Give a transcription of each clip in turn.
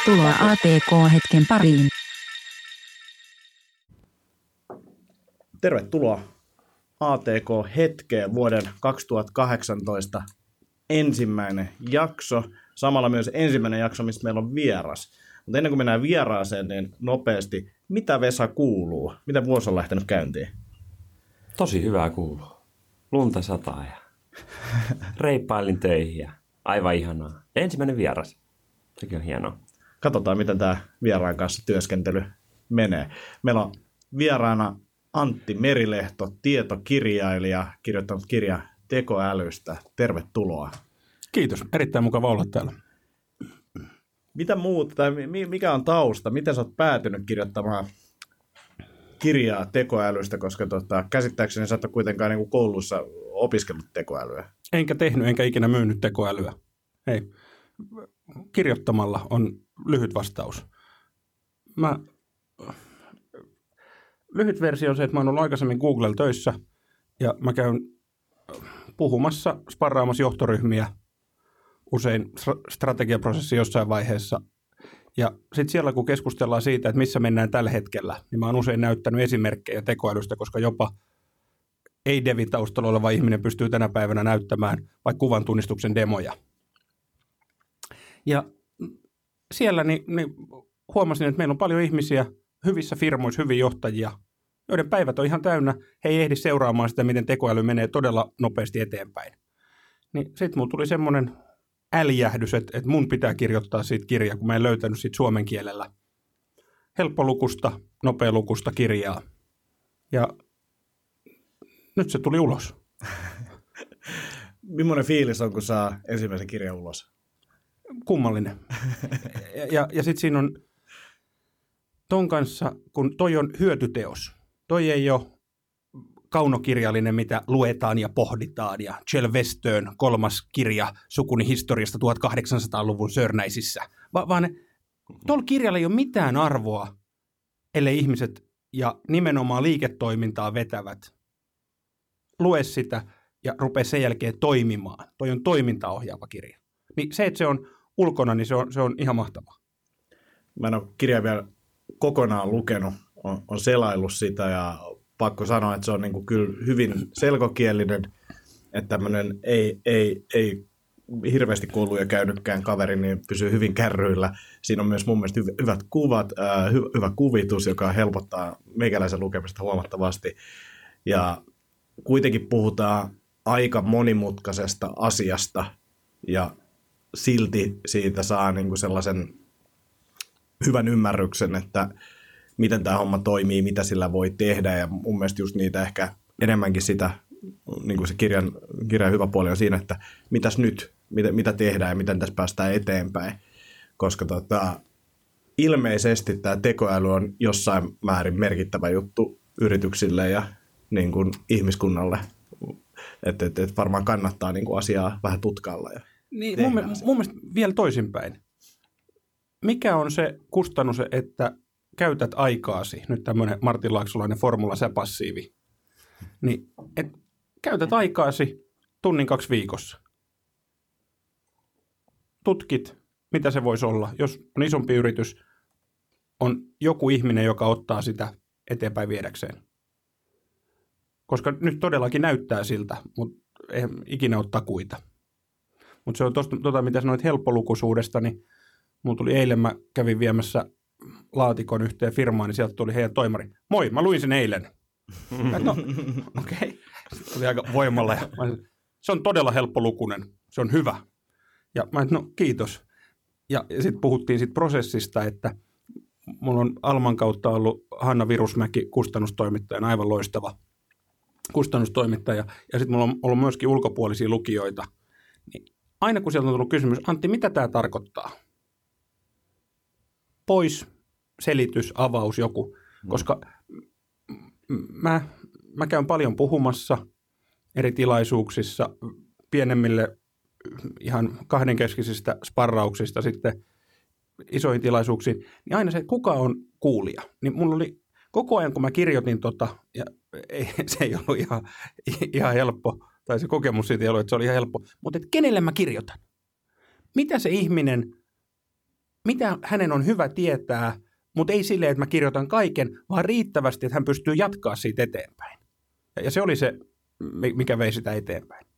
Tervetuloa ATK-hetken pariin. Tervetuloa ATK-hetkeen vuoden 2018 ensimmäinen jakso. Samalla myös ensimmäinen jakso, missä meillä on vieras. Mutta ennen kuin mennään vieraaseen, niin nopeasti, mitä Vesa kuuluu? Miten vuosi on lähtenyt käyntiin? Tosi hyvää kuuluu. Lunta sataa ja reippailin töihin ja aivan ihanaa. Ja ensimmäinen vieras. Sekin on hienoa. Katsotaan, miten tämä vieraan kanssa työskentely menee. Meillä on vieraana Antti Merilehto, tietokirjailija, kirjoittanut kirja tekoälystä. Tervetuloa. Kiitos. Erittäin mukava olla täällä. Mitä muuta, tai mikä on tausta? Miten sä oot päätynyt kirjoittamaan kirjaa tekoälystä, koska käsittääkseni sä et ole kuitenkaan niin kuin koulussa opiskellut tekoälyä. Enkä tehnyt, enkä ikinä myynyt tekoälyä. Ei. Kirjoittamalla on lyhyt vastaus. Lyhyt versio on se, että mä oon ollut aikaisemmin Googlella töissä ja mä käyn puhumassa, sparraamassa johtoryhmiä, usein strategiaprosessi jossain vaiheessa. Ja sitten siellä, kun keskustellaan siitä, että missä mennään tällä hetkellä, niin mä oon usein näyttänyt esimerkkejä tekoälystä, koska jopa ei-devi-taustalla oleva ihminen pystyy tänä päivänä näyttämään vaikka kuvan tunnistuksen demoja. Ja siellä niin huomasin, että meillä on paljon ihmisiä hyvissä firmoissa, hyviä johtajia, joiden päivät on ihan täynnä. He ei ehdi seuraamaan sitä, miten tekoäly menee todella nopeasti eteenpäin. Niin sitten mulla tuli semmoinen äljähdys, että mun pitää kirjoittaa siitä kirjaa, kun mä en löytänyt siitä suomen kielellä helppolukusta, nopealukusta kirjaa. Ja nyt se tuli ulos. Millainen fiilis on, kun saa ensimmäisen kirjan ulos? Kummallinen. Ja sitten siinä on ton kanssa, kun toi on hyötyteos. Toi ei ole kaunokirjallinen, mitä luetaan ja pohditaan. Ja Kjell Westön 3. kirja sukuni historiasta 1800-luvun Sörnäisissä. Vaan tuolla kirjalla ei ole mitään arvoa, ellei ihmiset ja nimenomaan liiketoimintaa vetävät lue sitä ja rupea sen jälkeen toimimaan. Toi on toimintaohjaava kirja. Niin se, että se on ulkona, niin se on ihan mahtavaa. Mä en ole kirjaa vielä kokonaan lukenut, on selaillut sitä ja pakko sanoa, että se on niin kuin kyllä hyvin selkokielinen, että tämmöinen ei hirveästi kouluja käynytkään kaveri, niin pysyy hyvin kärryillä. Siinä on myös mun mielestä hyvät kuvat, hyvä kuvitus, joka helpottaa meikäläisen lukemista huomattavasti. Ja kuitenkin puhutaan aika monimutkaisesta asiasta ja silti siitä saa niin kuin sellaisen hyvän ymmärryksen, että miten tämä homma toimii, mitä sillä voi tehdä, ja mun mielestä just niitä ehkä enemmänkin sitä, niin kuin se kirjan hyvä puoli on siinä, että mitäs nyt, mitä tehdään ja miten tässä päästään eteenpäin, koska ilmeisesti tämä tekoäly on jossain määrin merkittävä juttu yrityksille ja niin kuin ihmiskunnalle, että varmaan kannattaa niin kuin asiaa vähän tutkailla. Niin, mun mielestä vielä toisinpäin. Mikä on se kustannus, että käytät aikaasi, nyt tämmöinen Martin Laaksolainen formula passiivi, niin käytät aikaasi 1-2 viikossa. Tutkit, mitä se voisi olla. Jos on isompi yritys, on joku ihminen, joka ottaa sitä eteenpäin viedäkseen. Koska nyt todellakin näyttää siltä, mutta ei ikinä ole takuita. Mutta se on tuosta, mitä sanoit helppolukuisuudesta, niin mulla tuli eilen, mä kävin viemässä laatikon yhteen firmaan, niin sieltä tuli heidän toimari. Moi, mä luin sen eilen. No, okei. Se tuli aika voimalla. Ja se on todella helppolukuinen. Se on hyvä. Ja mä no kiitos. Ja sitten puhuttiin siitä prosessista, että mulla on Alman kautta ollut Hanna Virusmäki kustannustoimittajana, aivan loistava kustannustoimittaja. Ja sitten mulla on ollut myöskin ulkopuolisia lukijoita. Niin aina kun sieltä on tullut kysymys, Antti, mitä tämä tarkoittaa? Pois, selitys, avaus, joku. Koska mä käyn paljon puhumassa eri tilaisuuksissa, pienemmille ihan kahdenkeskisistä sparrauksista sitten isoihin tilaisuuksiin, niin aina se, että kuka on kuulija. Niin mulla oli koko ajan, kun mä kirjoitin ja se ei ollut ihan helppo, tai se kokemus siitä ei ollut, että se oli ihan helppo, mutta että kenelle mä kirjoitan? Mitä se ihminen, mitä hänen on hyvä tietää, mutta ei silleen, että mä kirjoitan kaiken, vaan riittävästi, että hän pystyy jatkaa siitä eteenpäin. Ja se oli se, mikä vei sitä eteenpäin.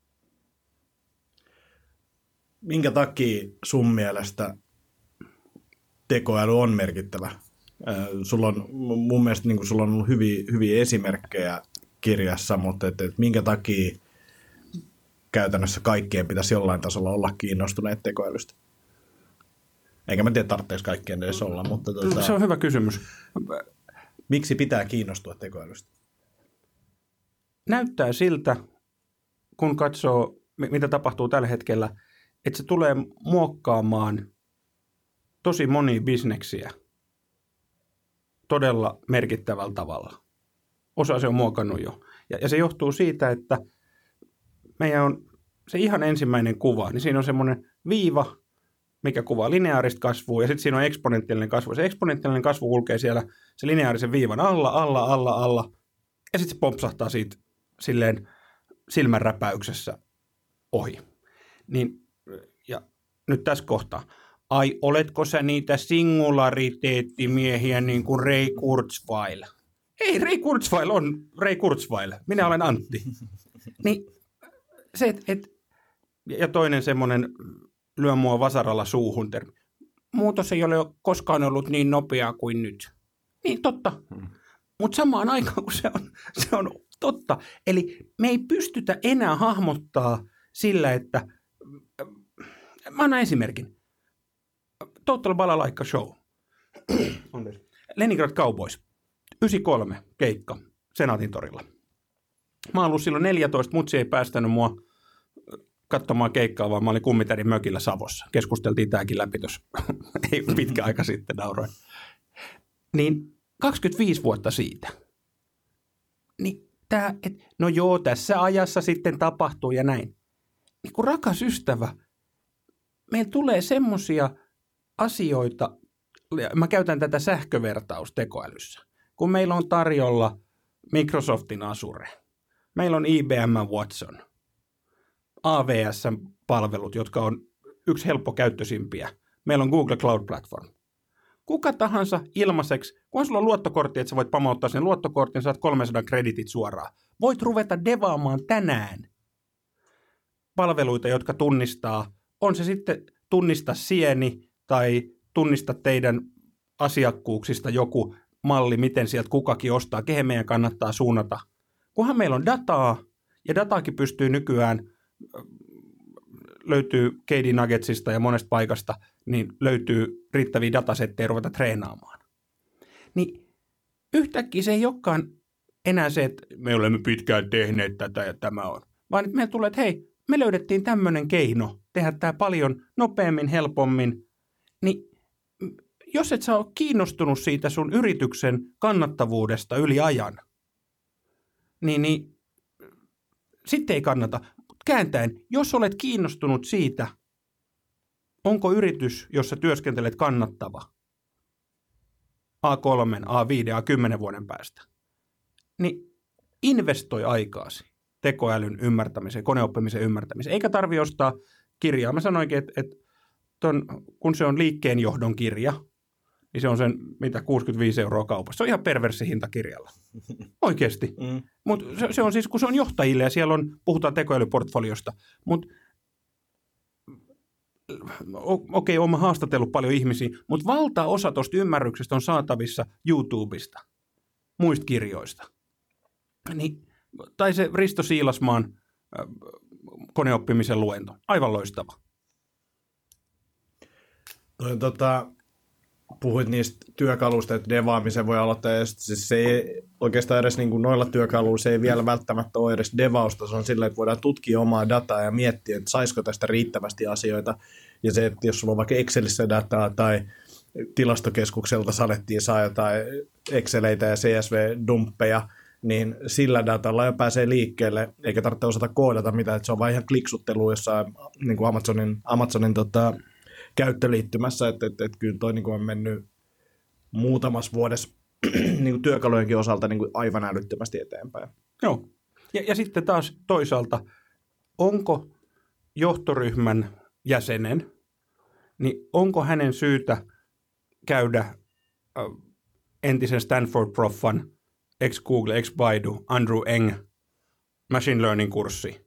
Minkä takia sun mielestä tekoäly on merkittävä? Sulla on, mun mielestä niin sulla on ollut hyviä esimerkkejä kirjassa, mutta minkä takia käytännössä kaikkien pitäisi jollain tasolla olla kiinnostuneet tekoälystä? Eikä mä tiedä, tarvitseeko kaikkien edes olla, mutta... Se on hyvä kysymys. Miksi pitää kiinnostua tekoälystä? Näyttää siltä, kun katsoo, mitä tapahtuu tällä hetkellä, että se tulee muokkaamaan tosi monia bisneksiä todella merkittävällä tavalla. Osa se on muokannut jo. Ja se johtuu siitä, että meidän on se ihan ensimmäinen kuva, niin siinä on semmoinen viiva, mikä kuvaa lineaarista kasvua, ja sitten siinä on eksponentiaalinen kasvu. Se eksponentiaalinen kasvu kulkee siellä se lineaarisen viivan alla, ja sitten se pompsahtaa siitä silleen silmänräpäyksessä ohi. Niin, ja nyt tässä kohtaa. Ai, oletko sä niitä singulariteettimiehiä niin kuin Ray Kurzweil? Ei, Ray Kurzweil on Ray Kurzweil. Minä olen Antti. Niin, se, ja toinen semmoinen lyö mua vasaralla suuhun termi. Muutos ei ole koskaan ollut niin nopeaa kuin nyt. Niin, totta. Mutta samaan aikaan, kun se on totta. Eli me ei pystytä enää hahmottaa sillä, että... Mä annan esimerkin. Total Balalaikka Show. Leningrad Cowboys. 93 keikka Senaatin torilla. Mä oon ollut silloin 14, mutsi ei päästänyt mua katsomaan keikkaa, vaan mä olin kummitärin mökillä Savossa. Keskusteltiin tääkin läpi tuossa ei pitkä aika sitten, nauroin. Niin 25 vuotta siitä. Niin no joo, tässä ajassa sitten tapahtuu ja näin. Niin kun rakas ystävä, meillä tulee semmoisia asioita, mä käytän tätä sähkövertaustekoälyssä, kun meillä on tarjolla Microsoftin Azure, meillä on IBM Watson, AWS-palvelut, jotka on yksi helppokäyttöisimpiä, meillä on Google Cloud Platform. Kuka tahansa ilmaiseksi, kun sulla on luottokortti, että sä voit pamauttaa sen luottokortin, saat 300 kreditit suoraan. Voit ruveta devaamaan tänään palveluita, jotka tunnistaa, on se sitten tunnista sieni tai tunnista teidän asiakkuuksista joku malli, miten sieltä kukakin ostaa, kehen meidän kannattaa suunnata. Kunhan meillä on dataa, ja dataakin pystyy nykyään, löytyy KD Nuggetsista ja monesta paikasta, niin löytyy riittäviä datasetteja ruveta treenaamaan. Niin yhtäkkiä se ei olekaan enää se, että me olemme pitkään tehneet tätä ja tämä on, vaan että meillä tulee, että hei, me löydettiin tämmöinen keino tehdä tämä paljon nopeammin, helpommin, niin jos et sä ole kiinnostunut siitä sun yrityksen kannattavuudesta yli ajan, niin sitten ei kannata. Kääntäen, jos olet kiinnostunut siitä, onko yritys, jossa työskentelet kannattava A3, A5, A10 vuoden päästä, niin investoi aikaasi tekoälyn ymmärtämiseen, koneoppimisen ymmärtämiseen. Eikä tarvitse ostaa kirjaa. Mä sanoinkin, että kun se on liikkeenjohdon kirja, niin se on sen, mitä 65 € kaupassa. Se on ihan perverssi hinta kirjalla. Oikeasti. Mutta se on siis, kun se on johtajille ja siellä puhutaan tekoälyportfoliosta. Mutta okei, olen haastatellut paljon ihmisiä, mutta valtaosa tuosta ymmärryksestä on saatavissa YouTubesta, muista kirjoista. Tai se Risto Siilasmaan koneoppimisen luento. Aivan loistava. Puhuit niistä työkaluista, että devaamisen voi aloittaa, ja siis se ei oikeastaan edes niin kuin noilla työkaluilla, se ei vielä välttämättä ole edes devausta, se on sillä, että voidaan tutkia omaa dataa ja miettiä, että saisiko tästä riittävästi asioita, ja se, että jos sulla on vaikka Excelissä dataa tai tilastokeskukselta salettiin saa jotain Exceleitä ja CSV-dumppeja, niin sillä datalla jo pääsee liikkeelle, eikä tarvitse osata koodata mitään, että se on vain ihan kliksuttelua jossain niin kuin Amazonin käyttöliittymässä, että kyllä toi niin kuin on mennyt muutamassa vuodessa niin kuin työkalujenkin osalta niin kuin aivan älyttömästi eteenpäin. Joo, ja sitten taas toisaalta, onko johtoryhmän jäsenen, niin onko hänen syytä käydä entisen Stanford-proffan, ex-Google, ex-Baidu, Andrew Ng, machine learning-kurssi.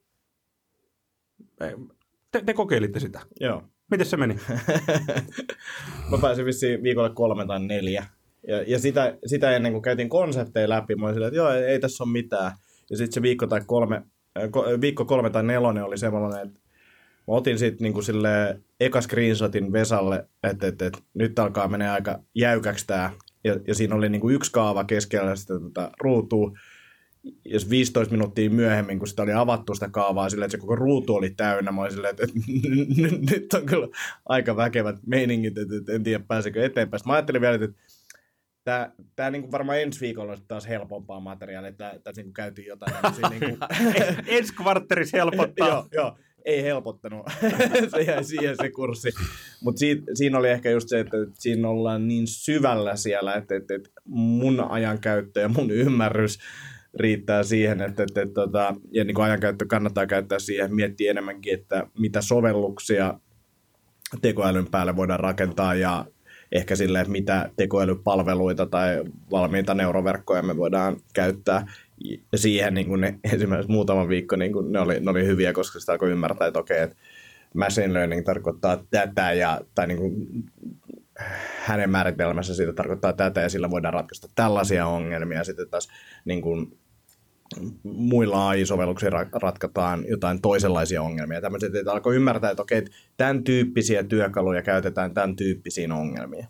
Te kokeilitte sitä. Joo. Miten se meni? Mä pääsin vissiin viikolle 3 tai 4. Ja sitä ennen kuin käytiin konsepteja läpi, mä olin silleen, että joo, ei tässä ole mitään. Ja sitten se viikko 3 tai 4 oli semmoinen, että mä otin sitten niin silleen eka screenshotin Vesalle, että nyt alkaa menee aika jäykäksi tää. Ja siinä oli niin kuin yksi kaava keskellä sitä ruutua. Ja 15 minuuttia myöhemmin, kun sitä oli avattu sitä kaavaa silleen, että se koko ruutu oli täynnä, mä olin silleen, että nyt on kyllä aika väkevät meiningit, että en tiedä pääsekö eteenpäin. Sitten mä ajattelin vielä, että tämä niin kuin varmaan ensi viikolla on taas helpompaa materiaalia, että tässä niin käytiin jotain. Niin ensi kvartterissa helpottaa. Joo, ei helpottanut. Se jäi siihen se kurssi. Mutta siinä oli ehkä just se, että siinä ollaan niin syvällä siellä, että mun ajankäyttö ja mun ymmärrys riittää siihen, ja niin kuin ajankäyttö kannattaa käyttää siihen, miettiä enemmänkin, että mitä sovelluksia tekoälyn päälle voidaan rakentaa ja ehkä silleen, että mitä tekoälypalveluita tai valmiita neuroverkkoja me voidaan käyttää. Ja siihen niin kuin ne esimerkiksi muutama viikko niin kuin ne oli hyviä, koska sitä alkoi ymmärtää, että okei, että machine learning tarkoittaa tätä, tai niin kuin hänen määritelmässä siitä tarkoittaa tätä, ja sillä voidaan ratkaista tällaisia ongelmia. Sitten taas niin kuin muilla AI-sovelluksilla ratkataan jotain toisenlaisia ongelmia. Tämmöiset, että alkoi ymmärtää, että okei, tämän tyyppisiä työkaluja käytetään tämän tyyppisiin ongelmiin.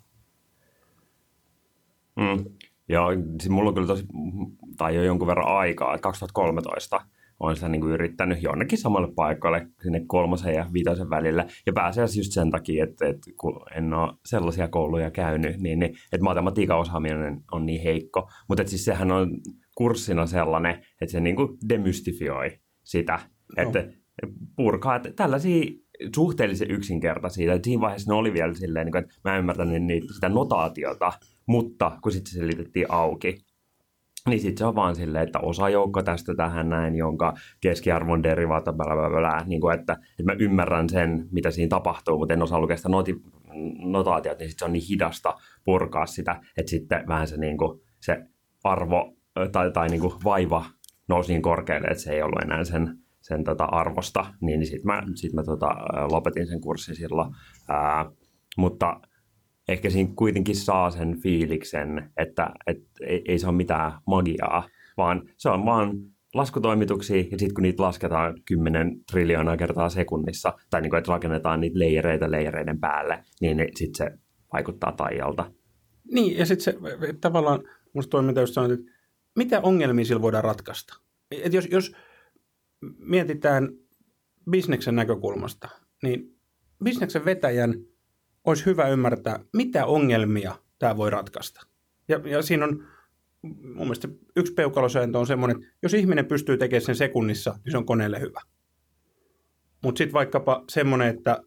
Joo, siis mulla on kyllä tai jo jonkun verran aikaa, että 2013 olen sitä niin kuin yrittänyt jonnekin samalle paikalle sinne 3. ja 5. välillä. Ja pääasiassa just sen takia, että kun en ole sellaisia kouluja käynyt, niin että matematiikan osaaminen on niin heikko. Mutta siis sehän on kurssina sellainen, että se niin kuin demystifioi sitä, että purkaa että tällaisia suhteellisen yksinkertaisia. Siinä vaiheessa ne oli vielä silleen, että mä en ymmärtänyt sitä notaatiota, mutta kun sitten se selitettiin auki, niin sitten se on vaan silleen, että osajoukko tästä tähän näin, jonka keskiarvon derivaata, niin kuin, että mä ymmärrän sen, mitä siinä tapahtuu, mutta en osaa lukea sitä notaatiota, niin sitten se on niin hidasta purkaa sitä, että sitten vähän se, niin kuin, se arvo tai niin kuin vaiva nousi niin korkealle, että se ei ollut enää sen arvosta, niin sitten mä lopetin sen kurssin silloin, mutta ehkä siinä kuitenkin saa sen fiiliksen, että ei se ole mitään magiaa, vaan se on vaan laskutoimituksia, ja sitten kun niitä lasketaan 10 triljoonaa kertaa sekunnissa, tai niin kuin, että rakennetaan niitä leijereiden päälle, niin sitten se vaikuttaa taialta. Niin, ja sitten se tavallaan, musta toiminta just sanoo, että mitä ongelmia sillä voidaan ratkaista? Et jos mietitään bisneksen näkökulmasta, niin bisneksen vetäjän olisi hyvä ymmärtää, mitä ongelmia tämä voi ratkaista. Ja siinä on, mun mielestä yksi peukalosääntö on semmoinen, että jos ihminen pystyy tekemään sen sekunnissa, niin se on koneelle hyvä. Mutta sitten vaikkapa semmoinen, että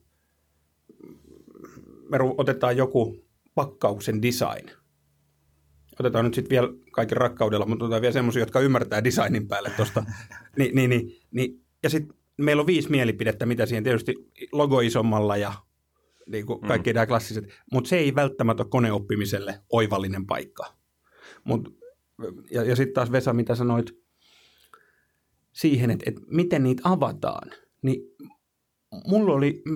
me otetaan joku pakkauksen design. Otetaan nyt sitten vielä kaiken rakkaudella, mutta otetaan vielä semmoisia, jotka ymmärtää designin päälle tuosta. Ja sitten meillä on 5 mielipidettä, mitä siihen tietysti logo isommalla ja niin kuin kaikki nämä klassiset, mutta se ei välttämättä ole koneoppimiselle oivallinen paikka. Ja sitten taas Vesa, mitä sanoit siihen, että miten niitä avataan, niin mulla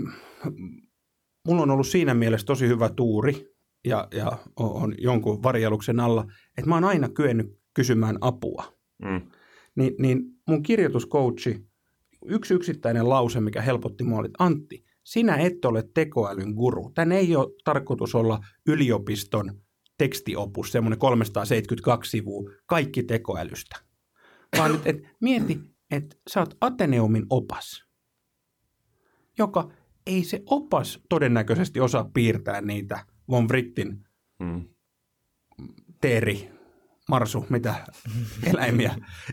on ollut siinä mielessä tosi hyvä tuuri ja on jonkun varjeluksen alla, että mä oon aina kyennyt kysymään apua. Niin mun kirjoituscoachi, yksi yksittäinen lause, mikä helpotti mua, oli, että Antti, sinä et ole tekoälyn guru. Tän ei ole tarkoitus olla yliopiston tekstiopus, semmoinen 372 sivua, kaikki tekoälystä. Vaan nyt, mieti, että sä oot Ateneumin opas, joka ei se opas todennäköisesti osaa piirtää niitä von Wrightin teeri, marsu, mitä eläimiä.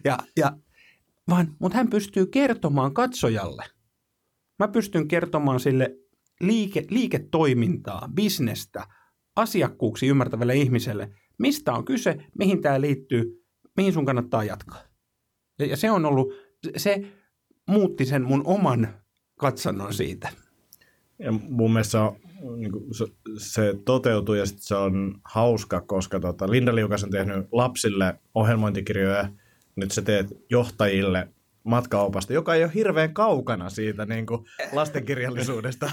Mutta hän pystyy kertomaan katsojalle. Mä pystyn kertomaan sille liiketoimintaa, bisnestä, asiakkuuksi ymmärtävälle ihmiselle, mistä on kyse, mihin tämä liittyy, mihin sun kannattaa jatkaa. Ja se on ollut, se muutti sen mun oman katsannon siitä. Ja mun mielestä niin kuin se toteutuu ja sit se on hauska, koska Linda Liukas on tehnyt lapsille ohjelmointikirjoja. Nyt sä teet johtajille matkaopasta, joka ei ole hirveän kaukana siitä niin kuin lastenkirjallisuudesta.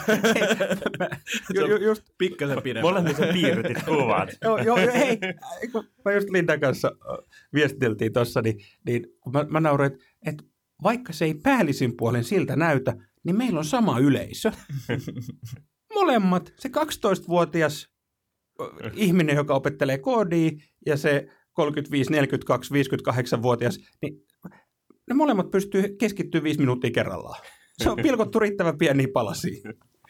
Just pikkasen pidemmän. Molemmissa piirrytit kuvat. joo, hei, mä just Lindan kanssa viestiteltiin tuossa, niin mä nauroin, että vaikka se ei päällisin puolen siltä näytä, niin meillä on sama yleisö. Molemmat, se 12-vuotias ihminen, joka opettelee koodia, ja se 35, 42, 58-vuotias, niin ne molemmat pystyy keskittyä 5 minuuttia kerrallaan. Se on pilkottu riittävän pieniä palasia.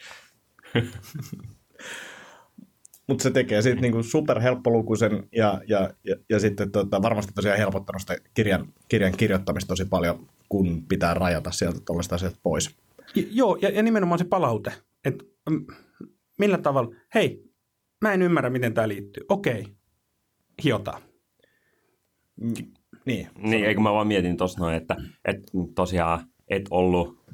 Mutta se tekee siitä niinku superhelppolukuisen ja sitten varmasti tosiaan helpottanut sitä kirjan kirjoittamista tosi paljon, kun pitää rajata sieltä tuollaista asiat pois. Joo, ja nimenomaan se palaute, että millä tavalla, hei, mä en ymmärrä, miten tämä liittyy. Okei, hiotaan. Niin, eikö mä vaan mietin tuossa noin, että tosiaan et ollut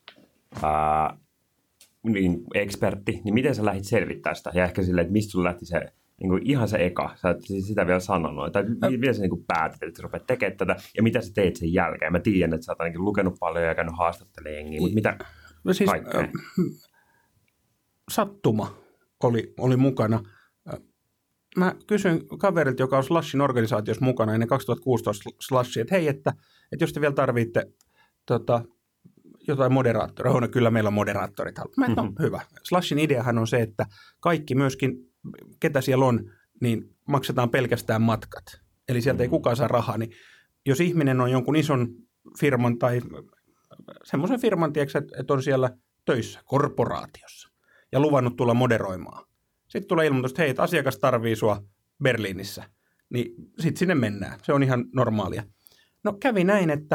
niin ekspertti, niin miten sä lähdit selvittämään sitä? Ja ehkä silleen, että mistä sulla lähti se niin kuin ihan se eka? Sä et sitä vielä sanonut. Tai miten sä niin kuin päätit, että sä rupeat tekemään tätä? Ja mitä sä teit sen jälkeen? Mä tiedän, että sä oot ainakin lukenut paljon ja käynyt haastattelemaan jengiä, mutta mitä siis, kaikkea? Sattuma oli mukana. Mä kysyin kaverilta, joka on Slushin organisaatiossa mukana ennen 2016 Slushia, että hei, että jos te vielä tarvitte jotain moderaattoria. No, kyllä meillä on moderaattorit. Mä no, hyvä. Slushin ideahan on se, että kaikki myöskin, ketä siellä on, niin maksetaan pelkästään matkat. Eli sieltä ei kukaan saa rahaa. Niin jos ihminen on jonkun ison firman tai semmoisen firman, tiedätkö, että on siellä töissä, korporaatiossa, ja luvannut tulla moderoimaan. Sitten tulee ilmoitus, että hei, että asiakas tarvii sua Berliinissä. Niin sitten sinne mennään. Se on ihan normaalia. No kävi näin, että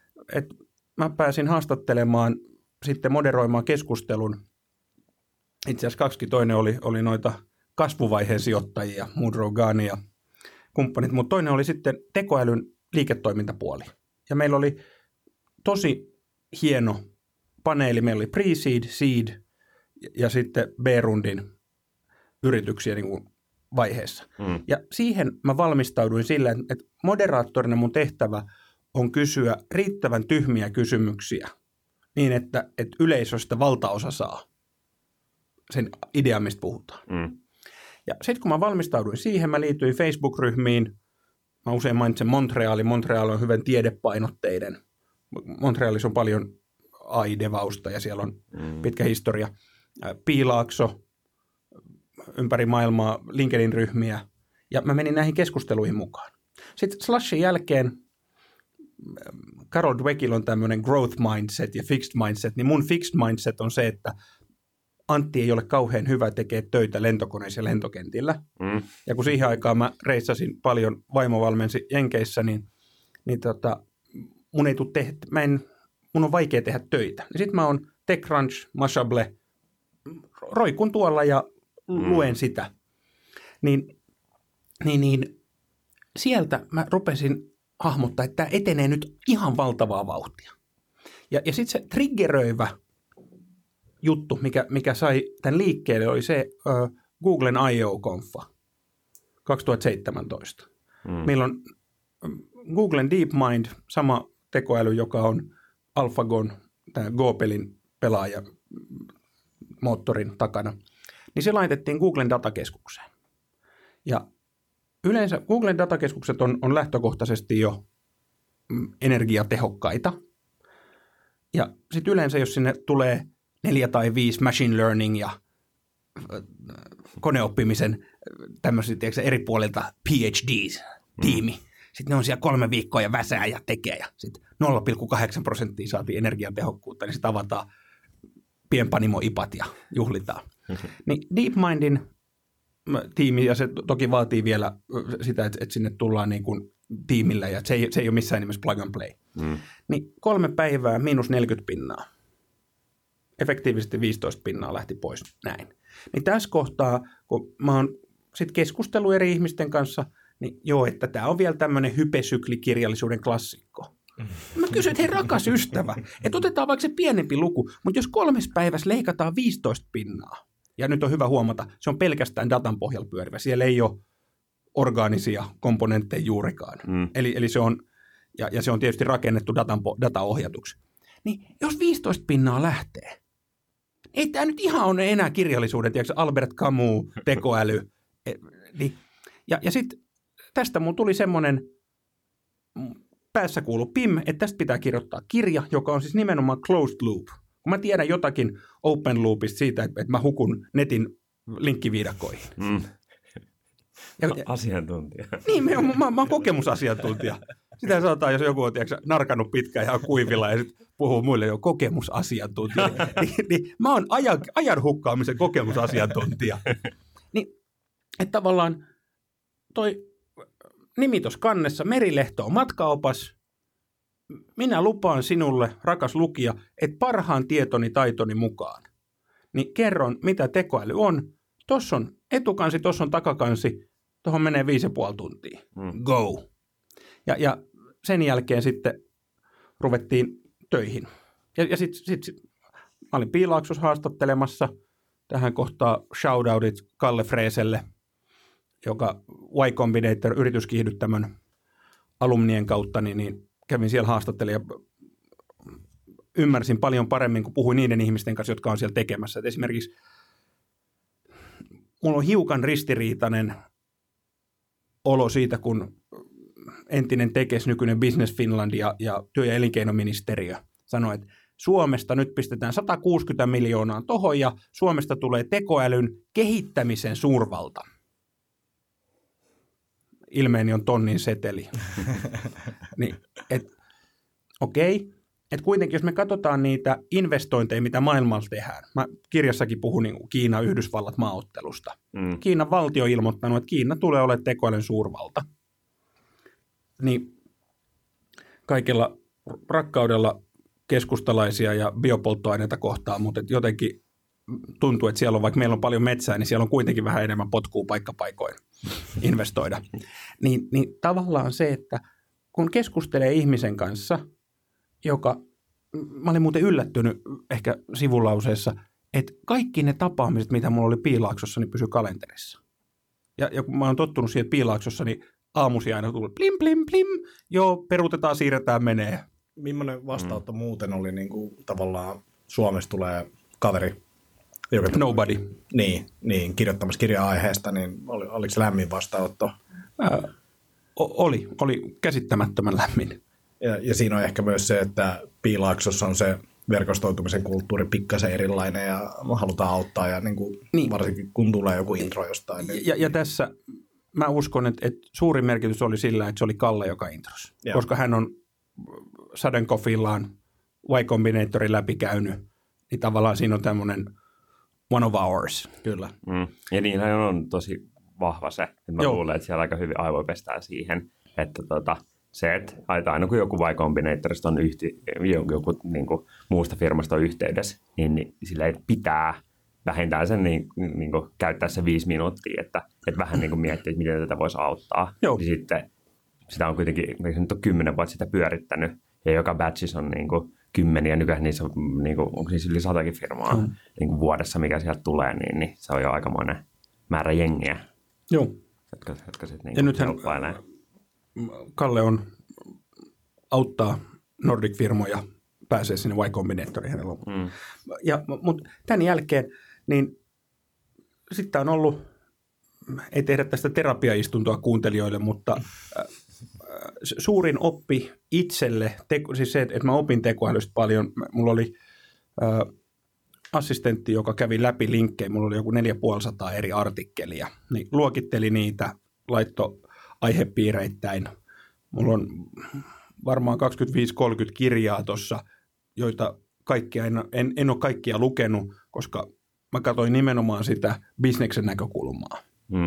mä pääsin haastattelemaan, sitten moderoimaan keskustelun. Itse asiassa 2 toinen oli noita kasvuvaiheen sijoittajia, Munro Ghani ja kumppanit, mutta toinen oli sitten tekoälyn liiketoimintapuoli. Ja meillä oli tosi hieno paneeli. Meillä oli pre-seed, seed ja sitten B-rundin yrityksiä niin kuin vaiheessa. Ja siihen mä valmistauduin sillä, että moderaattorina mun tehtävä on kysyä riittävän tyhmiä kysymyksiä niin, että yleisöstä valtaosa saa sen idean, mistä puhutaan. Ja sitten kun mä valmistauduin siihen, mä liityin Facebook-ryhmiin. Mä usein mainitsen Montrealin. Montreal on hyvän tiedepainotteiden. Montrealissa on paljon AI-devausta ja siellä on pitkä historia. Piilaakso, ympäri maailmaa, LinkedIn-ryhmiä. Ja mä menin näihin keskusteluihin mukaan. Sitten Slushin jälkeen Carol Dweckillä on tämmöinen growth mindset ja fixed mindset, niin mun fixed mindset on se, että Antti ei ole kauhean hyvä tekee töitä lentokoneissa ja lentokentillä. Ja kun siihen aikaan mä reissasin paljon, vaimo valmensi Jenkeissä, niin mun ei mun on vaikea tehdä töitä. Sitten mä oon TechCrunch, Mashable, roikun tuolla ja luen sitä. Niin sieltä mä rupesin hahmottaa, että tämä etenee nyt ihan valtavaa vauhtia. Ja sitten se triggeröivä juttu, mikä sai tämän liikkeelle, oli se Googlen I.O.-konfa 2017. Meillä on Googlen DeepMind, sama tekoäly, joka on AlphaGon, tämä Go-pelin pelaaja moottorin takana, niin se laitettiin Googlen datakeskukseen. Ja yleensä Googlen datakeskukset on lähtökohtaisesti jo energiatehokkaita. Ja sitten yleensä, jos sinne tulee 4 tai 5 machine learning ja koneoppimisen tämmöisiä eri puolilta PhD-tiimi. Sitten ne on siellä 3 viikkoa ja väsää ja tekee. Ja sitten 0,8% saatiin energiatehokkuutta, niin sitten avataan pienpanimo-ipat ja juhlitaan. Niin DeepMindin tiimi, ja se toki vaatii vielä sitä, että sinne tullaan niin kuin tiimillä, ja se ei ole missään nimessä plug and play. Niin 3 päivää -40%. Efektiivisesti 15% lähti pois näin. Niin tässä kohtaa, kun mä oon sitten keskustellut eri ihmisten kanssa, niin joo, että tämä on vielä tämmöinen hypesyklikirjallisuuden klassikko. Mä kysyn, että hei rakas ystävä, että otetaan vaikka se pienempi luku, mutta jos 3 päivässä leikataan 15%, Ja nyt on hyvä huomata, se on pelkästään datan pohjalla pyörivä. Siellä ei ole orgaanisia komponentteja juurikaan. Eli se on, ja se on tietysti rakennettu dataohjatuksi. Niin jos 15 pinnaa lähtee, ei tämä nyt ihan ole enää kirjallisuuden, tiedätkö, Albert Camus, tekoäly. Ja sitten tästä mun tuli semmoinen päässä kuulu PIM, että tästä pitää kirjoittaa kirja, joka on siis nimenomaan closed loop. Kun mä tiedän jotakin open loopista siitä, että mä hukun netin linkkiviidakoihin. Asiantuntija. Niin, mä oon kokemusasiantuntija. Sitä sanotaan, jos joku on narkannut pitkään ja on kuivilla ja sitten puhuu muille jo kokemusasiantuntija. niin mä oon ajan hukkaamisen kokemusasiantuntija. Niin, että tavallaan toi nimitys kannessa, Merilehto on matkaopas. Minä lupaan sinulle, rakas lukija, että parhaan tietoni taitoni mukaan. Niin kerron, mitä tekoäly on. Tuossa on etukansi, tuossa on takakansi. Tuohon menee 5,5 tuntia. Go! Ja sen jälkeen sitten ruvettiin töihin. Ja sitten mä olin Piilaaksossa haastattelemassa. Tähän kohtaa shoutoutit Kalle Freeselle, joka Y Combinator yrityskiihdyttämön alumnien kautta, niin kävin siellä haastattelemaan ja ymmärsin paljon paremmin, kun puhuin niiden ihmisten kanssa, jotka on siellä tekemässä. Et esimerkiksi mulla on hiukan ristiriitainen olo siitä, kun entinen Tekes, nykyinen Business Finland ja työ- ja elinkeinoministeriö sanoi, että Suomesta nyt pistetään 160 miljoonaa tohon ja Suomesta tulee tekoälyn kehittämisen suurvalta. Ilmeeni on tonnin seteli. Niin, okei. Että kuitenkin, jos me katsotaan niitä investointeja, mitä maailmalla tehdään. Mä kirjassakin puhun niin Kiina, Yhdysvallat maaottelusta. Kiinan valtio on ilmoittanut, että Kiina tulee olemaan tekoälyn suurvalta. Niin kaikella rakkaudella keskustalaisia ja biopolttoaineita kohtaan, mutta jotenkin tuntuu, että siellä on, vaikka meillä on paljon metsää, niin siellä on kuitenkin vähän enemmän potkua paikkapaikoin investoida. Niin tavallaan se, että kun keskustelee ihmisen kanssa, mä olin muuten yllättynyt ehkä sivulauseessa, että kaikki ne tapaamiset, mitä mulla oli Piilaaksossa, niin pysyi kalenterissa. Ja kun mä oon tottunut siihen Piilaaksossa, niin aamuisin aina tuli plim, plim, plim, joo, peruutetaan, siirretään, menee. Millainen vastaanotto muuten oli, niin kuin tavallaan Suomessa tulee kaveri, Nobody. Niin, kirjoittamassa kirjaa aiheesta, niin oliko se lämmin vastaanotto? Oli käsittämättömän lämmin. Ja siinä on ehkä myös se, että Piilaaksossa on se verkostoitumisen kulttuuri pikkasen erilainen ja halutaan auttaa, ja niin. Varsinkin kun tulee joku intro jostain. Niin. Ja tässä mä uskon, että suurin merkitys oli sillä, että se oli Kalle, joka intros. Joo. Koska hän on Sudden Coffeellaan Y Combinatorin läpikäynyt, niin tavallaan siinä on tämmöinen one of ours. Kyllä. Ja niinhän on tosi vahva se, että mä luulen, että siellä aika hyvin aivopestään siihen, että se, että aina kun joku Y Combinatorista on joku niin kuin muusta firmasta on yhteydessä, niin sillä ei pitää vähintään sen niin kuin käyttää se 5 minuuttia, että vähän niin kuin miettiä, että miten tätä voisi auttaa. Niin sitten sitä on kuitenkin, nyt on 10 vuotta sitä pyörittänyt, ja joka batchissa on niin kuin 10, ja nykyään niissä on, niin kuin, onko niissä yli 100 firmaa niin kuin vuodessa, mikä sieltä tulee, niin se on jo aikamoinen määrä jengiä, jotka sitten niin helppailee. Kalle auttaa Nordic-firmoja pääsee sinne Y Combinatoriin hänellä on. Mutta tämän jälkeen, niin sitten on ollut, ei tehdä tästä terapiaistuntoa kuuntelijoille, mutta suurin oppi itselle, siis se, että mä opin tekoälystä paljon. Mulla oli assistentti, joka kävi läpi linkkejä, mulla oli joku 450 eri artikkelia, niin luokitteli niitä, laittoi aihepiireittäin. Mulla on varmaan 25-30 kirjaa tuossa, joita kaikkia en ole kaikkia lukenut, koska mä katsoin nimenomaan sitä bisneksen näkökulmaa.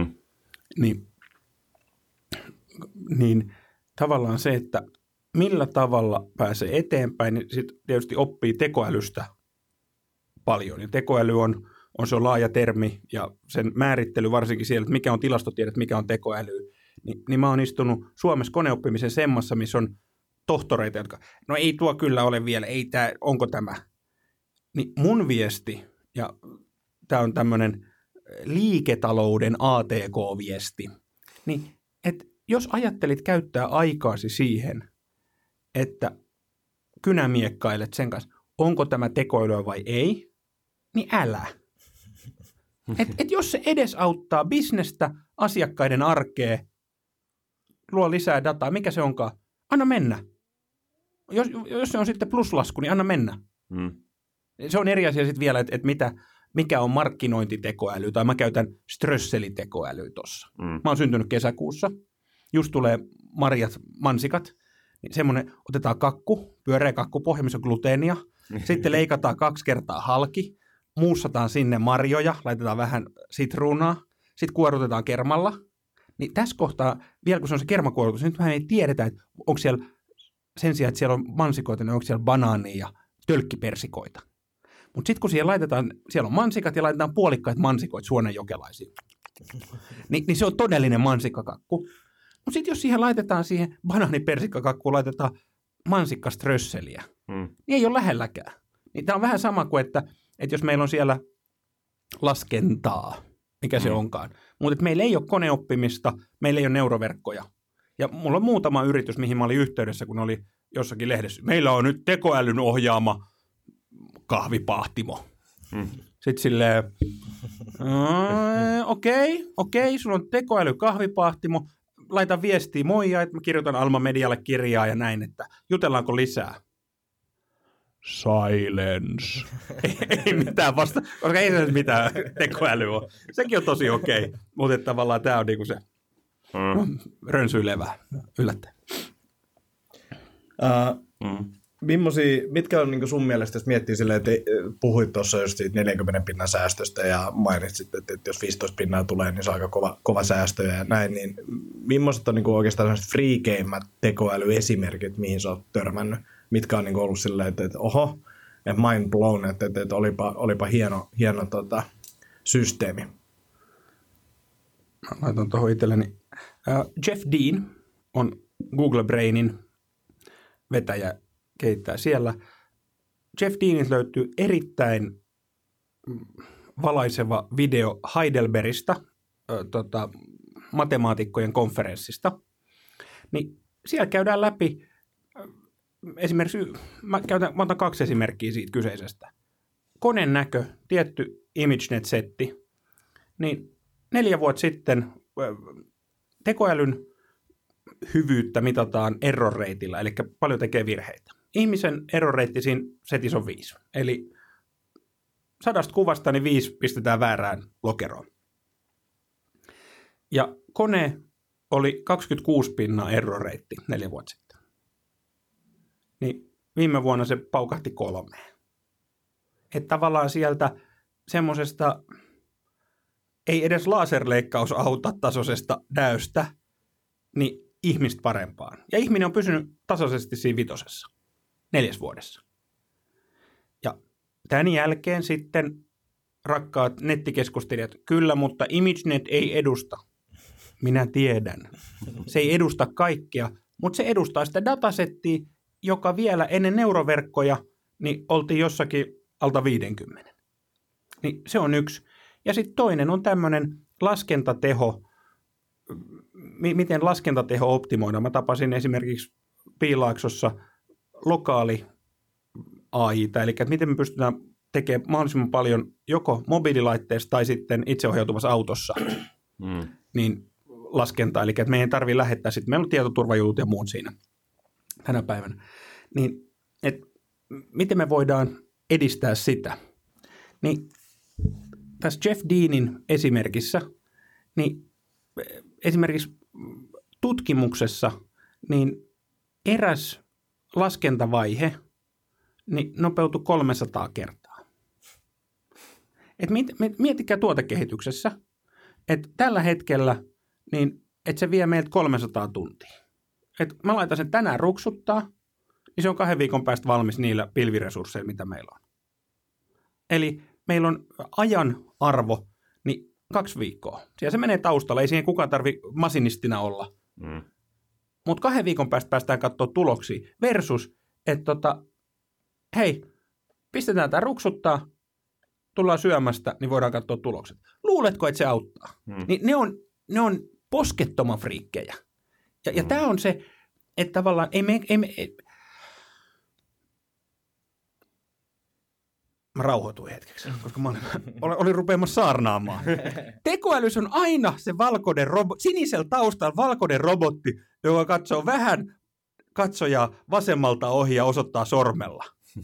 Niin tavallaan se, että millä tavalla pääsee eteenpäin, niin sitten tietysti oppii tekoälystä paljon. Ja tekoäly on se on laaja termi, ja sen määrittely varsinkin siellä, että mikä on tilastotiedot, mikä on tekoäly. Niin mä oon istunut Suomessa koneoppimisen semmassa, missä on tohtoreita, jotka, no ei tuo kyllä ole vielä, ei tää, onko tämä. Niin mun viesti, ja tämä on tämmöinen liiketalouden ATK-viesti, niin että jos ajattelit käyttää aikaasi siihen, että kynämiekkailet sen kanssa, onko tämä tekoälyä vai ei, niin älä. Et jos se edesauttaa bisnestä, asiakkaiden arkea, luo lisää dataa, mikä se onkaan, anna mennä. Jos se on sitten pluslasku, niin anna mennä. Se on eri asia sitten vielä, että mikä on markkinointitekoäly, tai mä käytän strösselitekoälyä tuossa. Mä oon syntynyt kesäkuussa, just tulee marjat, mansikat, niin semmoinen, otetaan kakku, pyöreä kakkupohja, missä on gluteenia, sitten leikataan 2 kertaa halki, muussataan sinne marjoja, laitetaan vähän sitruunaa, sitten kuorutetaan kermalla. Niin tässä kohtaa, vielä kun se on se kermakuorutus, niin nyt me ei tiedetä, että onko siellä, sen sijaan, että siellä on mansikoita, niin onko siellä banaania ja tölkkipersikoita. Mutta sitten kun siellä on mansikat ja laitetaan puolikkaita mansikoita suonenjokelaisiin, niin se on todellinen mansikkakakku. Mutta sitten jos siihen laitetaan siihen banaanipersikkakakkuun, laitetaan mansikkaströsseliä, niin ei ole lähelläkään. Niin tämä on vähän sama kuin, että jos meillä on siellä laskentaa, mikä se onkaan. Mutta meillä ei ole koneoppimista, meillä ei ole neuroverkkoja. Ja mulla on muutama yritys, mihin mä olin yhteydessä, kun oli jossakin lehdessä. Meillä on nyt tekoälyn ohjaama kahvipahtimo. Sitten silleen, okei, sulla on tekoäly kahvipahtimo. Laita viestiä, moi, että mä kirjoitan Alma Medialle kirjaa ja näin, että jutellaanko lisää? Silence. ei mitään vasta, koska ei se mitään tekoäly ole. Sekin on tosi okei, mutta tavallaan tämä on niinku se rönsyilevä yllättäen. Mitkä on niin sun mielestä, jos miettii silleen, että puhuit tuossa just siitä 40 pinnan säästöstä ja mainitsit, että jos 15 pinnaa tulee, niin se on aika kova säästö ja näin, niin millaiset on niin oikeastaan sellaiset freakeimmät tekoälyesimerkit, mihin sä oot törmännyt, mitkä on niin ollut silleen, että oho, mind blown, että olipa hieno systeemi. Mä laitan tuohon itselleni. Jeff Dean on Google Brainin vetäjä, kehittää siellä. Jeff Deanilta löytyy erittäin valaiseva video Heidelbergista, matemaatikkojen konferenssista. Niin siellä käydään läpi, esimerkiksi, mä otan 2 esimerkkiä siitä kyseisestä. Koneen näkö, tietty ImageNet-setti, niin 4 vuotta sitten tekoälyn hyvyyttä mitataan error rateilla, eli paljon tekee virheitä. Ihmisen error rate siinä setissä on 5. Eli 100 kuvasta niin 5 pistetään väärään lokeroon. Ja kone oli 26 pinnaa error rate 4 vuotta sitten. Niin viime vuonna se paukahti 3. Että tavallaan sieltä semmoisesta ei edes laserleikkaus auta tasoisesta näystä, niin ihmistä parempaan. Ja ihminen on pysynyt tasaisesti siinä 5. 4 vuodessa. Ja tämän jälkeen sitten, rakkaat nettikeskustelijat, kyllä, mutta ImageNet ei edusta. Minä tiedän. Se ei edusta kaikkea, mutta se edustaa sitä datasettia, joka vielä ennen neuroverkkoja, niin oltiin jossakin alta 50. Niin se on yksi. Ja sitten toinen on tämmöinen laskentateho, miten laskentateho optimoidaan. Mä tapasin esimerkiksi Piilaaksossa lokaali AI:ta, eli että miten me pystytään tekemään mahdollisimman paljon joko mobiililaitteessa tai sitten itseohjautuvassa autossa niin laskentaa, eli että meidän ei tarvitse lähettää, sitten meillä on tietoturvajutut ja muut siinä tänä päivänä. Niin, että miten me voidaan edistää sitä? Niin tässä Jeff Deanin esimerkissä, niin esimerkiksi tutkimuksessa, niin eräs laskentavaihe niin nopeutui 300 kertaa. Et miettikää tuotekehityksessä, että tällä hetkellä niin, että se vie meiltä 300 tuntia. Et mä laitan sen tänään ruksuttaa, niin se on 2 viikon päästä valmis niillä pilviresursseilla, mitä meillä on. Eli meillä on ajan arvo niin 2 viikkoa. Siellä se menee taustalla, ei siihen kukaan tarvitse masinistina olla. Mutta 2 viikon päästä päästään katsoa tuloksia versus, että hei, pistetään tämä ruksuttaa, tullaan syömästä, niin voidaan katsoa tulokset. Luuletko, että se auttaa? Niin ne on poskettoman friikkejä. Ja tämä on se, että tavallaan Mä rauhoituin hetkeksi, koska mä olin rupeamassa saarnaamaan. Tekoälys on aina se sinisellä taustalla valkoinen robotti, joka katsoo vähän katsojaa vasemmalta ohi ja osoittaa sormella.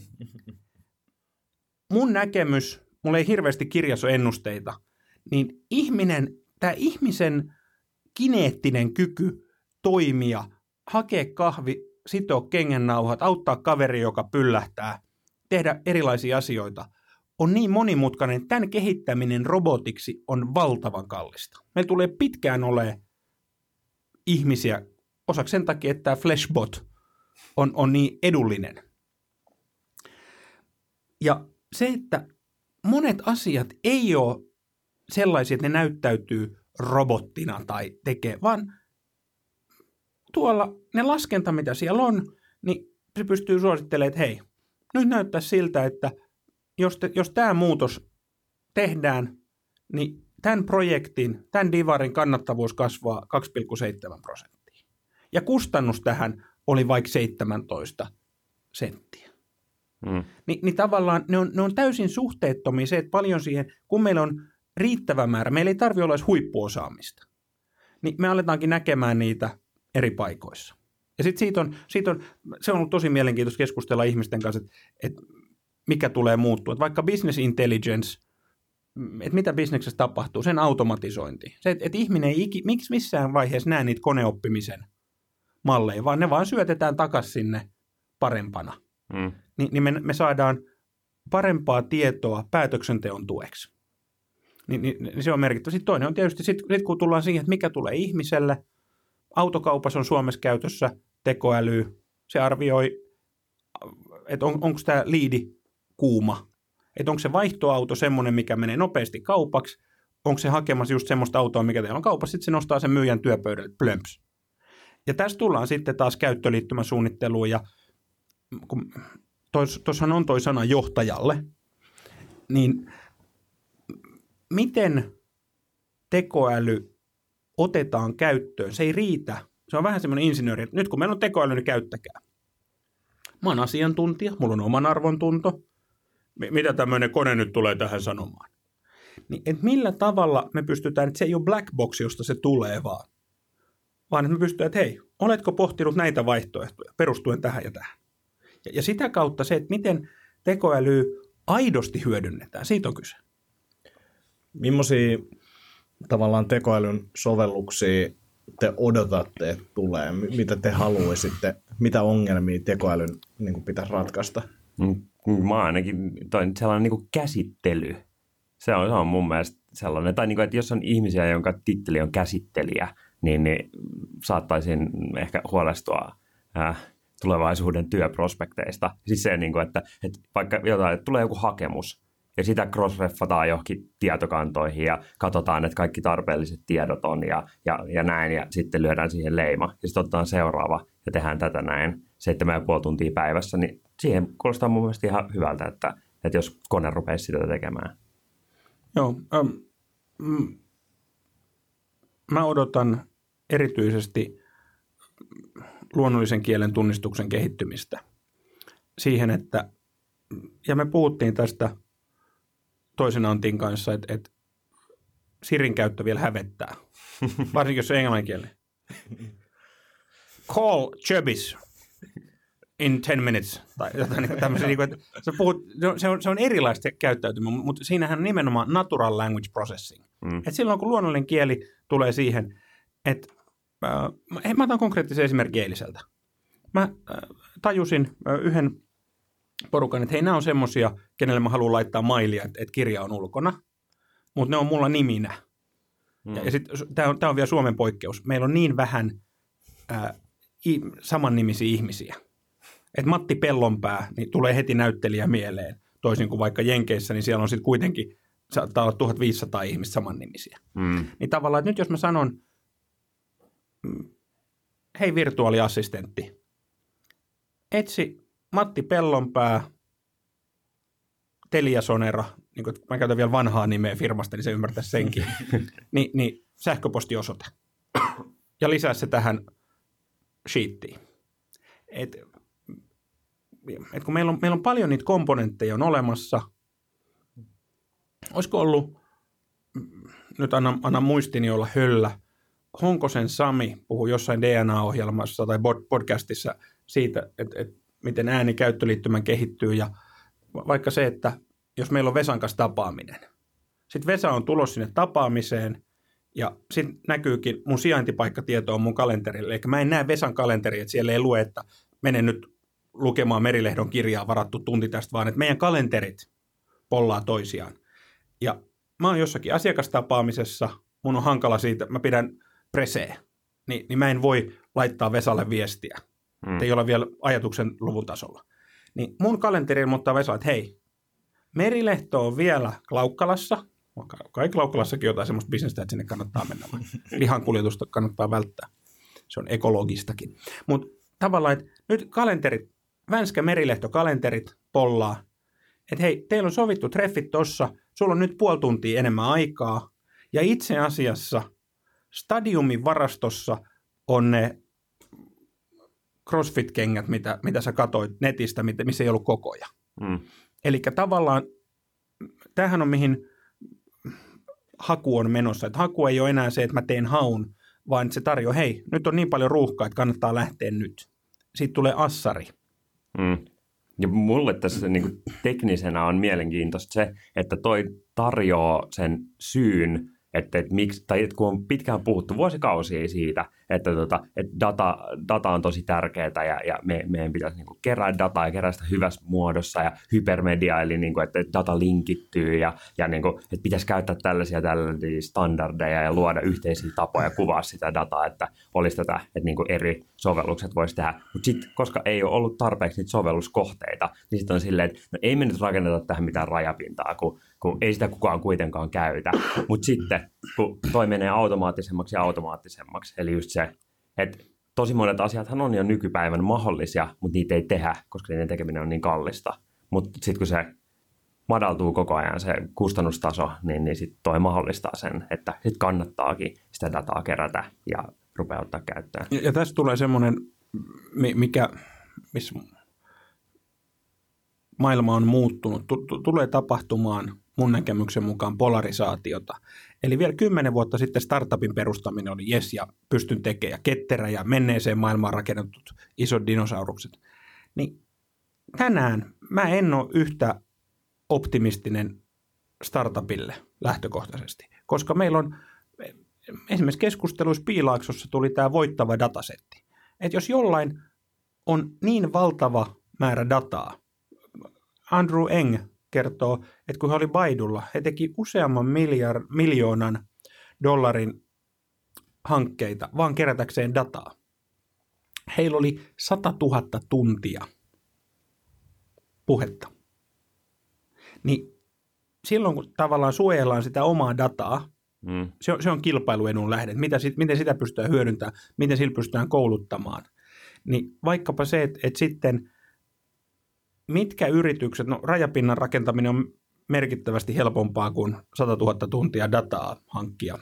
Mun näkemys, mulla ei hirveästi kirjassa ole ennusteita, niin tämä ihmisen kineettinen kyky toimia, hakea kahvi, sitoa kengännauhat, auttaa kaveri, joka pyllähtää, tehdä erilaisia asioita, on niin monimutkainen, että tämän kehittäminen robotiksi on valtavan kallista. Meillä tulee pitkään olemaan ihmisiä, osaksi sen takia, että tämä Flashbot on niin edullinen. Ja se, että monet asiat ei ole sellaisia, että ne näyttäytyy robottina tai tekee, vaan tuolla ne laskenta, mitä siellä on, niin se pystyy suosittelemaan, että hei, nyt näyttää siltä, että jos tämä muutos tehdään, niin tämän projektin, tämän divarin kannattavuus kasvaa 2,7%. Ja kustannus tähän oli vaikka 17 senttiä. Niin tavallaan ne on täysin suhteettomia se, että paljon siihen, kun meillä on riittävä määrä, meillä ei tarvitse olla edes huippuosaamista, niin me aletaankin näkemään niitä eri paikoissa. Ja sitten se on ollut tosi mielenkiintoista keskustella ihmisten kanssa, että mikä tulee muuttua. Että vaikka business intelligence, että mitä bisneksessä tapahtuu, sen automatisointi. Se, että ihminen ei missään vaiheessa näe niitä koneoppimisen malleja, vaan ne vaan syötetään takaisin sinne parempana. Niin me saadaan parempaa tietoa päätöksenteon tueksi. Niin se on merkittävä. Sitten toinen on tietysti, sit kun tullaan siihen, että mikä tulee ihmiselle, autokaupassa on Suomessa käytössä tekoäly, se arvioi, että onko tämä liidi kuuma, että onko se vaihtoauto semmoinen, mikä menee nopeasti kaupaksi, onko se hakemassa just semmoista autoa, mikä teillä on kaupassa, sitten se nostaa sen myyjän työpöydälle, plömps. Ja tässä tullaan sitten taas käyttöliittymäsuunnitteluun, ja tuossahan on toi sana johtajalle, niin miten tekoäly otetaan käyttöön? Se ei riitä. Se on vähän semmoinen insinööri, että nyt kun meillä on tekoäly, niin käyttäkää. Mä oon asiantuntija, mulla on oman arvontunto. Mitä tämmöinen kone nyt tulee tähän sanomaan? Niin, että millä tavalla me pystytään, että se ei ole black box, josta se tulee vaan että me pystytään, että hei, oletko pohtinut näitä vaihtoehtoja perustuen tähän ja tähän? Ja sitä kautta se, että miten tekoäly aidosti hyödynnetään, siitä on kyse. Millaisia tavallaan tekoälyn sovelluksia te odotatte, että tulee? Mitä te haluaisitte? Mitä ongelmia tekoälyn niin kuin pitäisi ratkaista? Mä ainakin sellainen niin kuin käsittely. Se on mun mielestä sellainen. Tai niin kuin, että jos on ihmisiä, jonka titteli on käsittelijä, niin saattaisin ehkä huolestua tulevaisuuden työprospekteista. Siis se, niin kuin, että vaikka jotain, että tulee joku hakemus, ja sitä cross-reffataan johonkin tietokantoihin ja katsotaan, että kaikki tarpeelliset tiedot on ja näin, ja sitten lyödään siihen leima. Ja sitten otetaan seuraava ja tehdään tätä näin 7,5 tuntia päivässä, niin siihen kuulostaa mun mielestä ihan hyvältä, että jos kone rupeaisi sitä tekemään. Joo, mä odotan erityisesti luonnollisen kielen tunnistuksen kehittymistä siihen, että, ja me puhuttiin tästä toisen Antin kanssa, että Sirin käyttö vielä hävettää, varsinkin jos se englanninkielinen. Call Chubbies in 10 minutes, tai jotain tämmöisiä, että se on erilaista käyttäytymistä, mutta siinähän on nimenomaan natural language processing. Että silloin, kun luonnollinen kieli tulee siihen, että mä otan konkreettisen esimerkin eiliseltä. Mä tajusin yhden porukan, että hei, nämä on semmoisia, kenelle mä haluan laittaa mailia, että kirja on ulkona, mutta ne on mulla niminä. Ja sitten tämä on vielä Suomen poikkeus. Meillä on niin vähän samannimisiä ihmisiä. Että Matti Pellonpää niin tulee heti näyttelijä mieleen. Toisin kuin vaikka Jenkeissä, niin siellä on sitten kuitenkin, saattaa olla 1500 ihmistä samannimisiä. Niin tavallaan, että nyt jos mä sanon, hei virtuaaliassistentti, etsi Matti Pellonpää, Telia Sonera niin kuin, mä käytän vielä vanhaa nimeä firmasta, niin se ymmärtäisi senkin, niin sähköpostiosoite. Ja lisää se tähän sheettiin. Et kun meillä on paljon niitä komponentteja on olemassa, olisiko ollut, nyt anna muistini olla höllä, Honkosen Sami puhui jossain DNA-ohjelmassa tai podcastissa siitä, että miten äänikäyttöliittymän kehittyy ja vaikka se, että jos meillä on Vesan kanssa tapaaminen, sitten Vesa on tulossa sinne tapaamiseen ja sitten näkyykin mun sijaintipaikkatieto on mun kalenterille, eikä mä en näe Vesan kalenteria, että siellä ei lue, että menen nyt lukemaan Merilehdon kirjaa varattu tunti tästä, vaan että meidän kalenterit pollaa toisiaan. Ja mä oon jossakin asiakastapaamisessa, mun on hankala siitä, mä pidän preseä, niin mä en voi laittaa Vesalle viestiä. Ei ole vielä ajatuksen luvun tasolla. Niin mun kalenteri ilmoittaa Vesalle, että hei, Merilehto on vielä Klaukkalassa, kai Klaukkalassakin jotain semmoista bisnestä, että sinne kannattaa mennä. Lihankuljetusta kannattaa välttää. Se on ekologistakin. Mutta tavallaan, että nyt kalenterit, Vänskä Merilehto-kalenterit pollaa, että hei, teillä on sovittu treffit tossa, sulla on nyt puoli tuntia enemmän aikaa, ja itse asiassa Stadiumin varastossa on ne CrossFit-kengät, mitä sä katsoit netistä, missä ei ollut kokoja. Eli tavallaan, tämähän on mihin haku on menossa. Että haku ei ole enää se, että mä teen haun, vaan se tarjoaa, hei, nyt on niin paljon ruuhkaa, että kannattaa lähteä nyt. Siitä tulee assari. Ja mulle tässä niin kuin teknisenä on mielenkiintoista se, että toi tarjoaa sen syyn, että miksi, tai kun on pitkään puhuttu vuosikausia siitä, että data on tosi tärkeää ja meidän pitäisi niin kuin kerää dataa ja kerää sitä hyvässä muodossa ja hypermedia, eli niin kuin, että data linkittyy ja niin kuin, että pitäisi käyttää tällaisia standardeja ja luoda yhteisiä tapoja kuvaa sitä dataa, että olisi tätä, että niin kuin eri sovellukset voisi tehdä. Mutta sitten, koska ei ole ollut tarpeeksi niitä sovelluskohteita, niin sitten on silleen, että no ei me nyt rakenneta tähän mitään rajapintaa, kun ei sitä kukaan kuitenkaan käytä. Mutta sitten, kun toi menee automaattisemmaksi ja automaattisemmaksi, eli just se, että tosi monet asiathan on jo nykypäivän mahdollisia, mutta niitä ei tehdä, koska niiden tekeminen on niin kallista. Mutta sitten kun se madaltuu koko ajan se kustannustaso, niin sitten toi mahdollistaa sen, että sitten kannattaakin sitä dataa kerätä ja rupeaa ottaa käyttöön. Ja tässä tulee semmoinen, missä maailma on muuttunut, tulee tapahtumaan mun näkemyksen mukaan polarisaatiota. Eli vielä 10 vuotta sitten startupin perustaminen oli jes ja pystyn tekemään ja ketterä ja menneeseen maailmaan rakennetut isot dinosaurukset. Niin tänään mä en ole yhtä optimistinen startupille lähtökohtaisesti, koska meillä on esimerkiksi keskusteluissa Piilaaksossa tuli tämä voittava datasetti. Että jos jollain on niin valtava määrä dataa, Andrew Ng kertoo, että kun he oli Baidulla, he teki useamman miljoonan dollarin hankkeita vaan kerätäkseen dataa. Heillä oli 100 000 tuntia puhetta. Niin silloin, kun tavallaan suojellaan sitä omaa dataa, se on kilpailuedun lähde. Miten sitä pystytään hyödyntämään, miten sillä pystytään kouluttamaan. Niin vaikkapa se, että sitten mitkä yritykset, no rajapinnan rakentaminen on merkittävästi helpompaa kuin 100 000 tuntia dataa hankkia.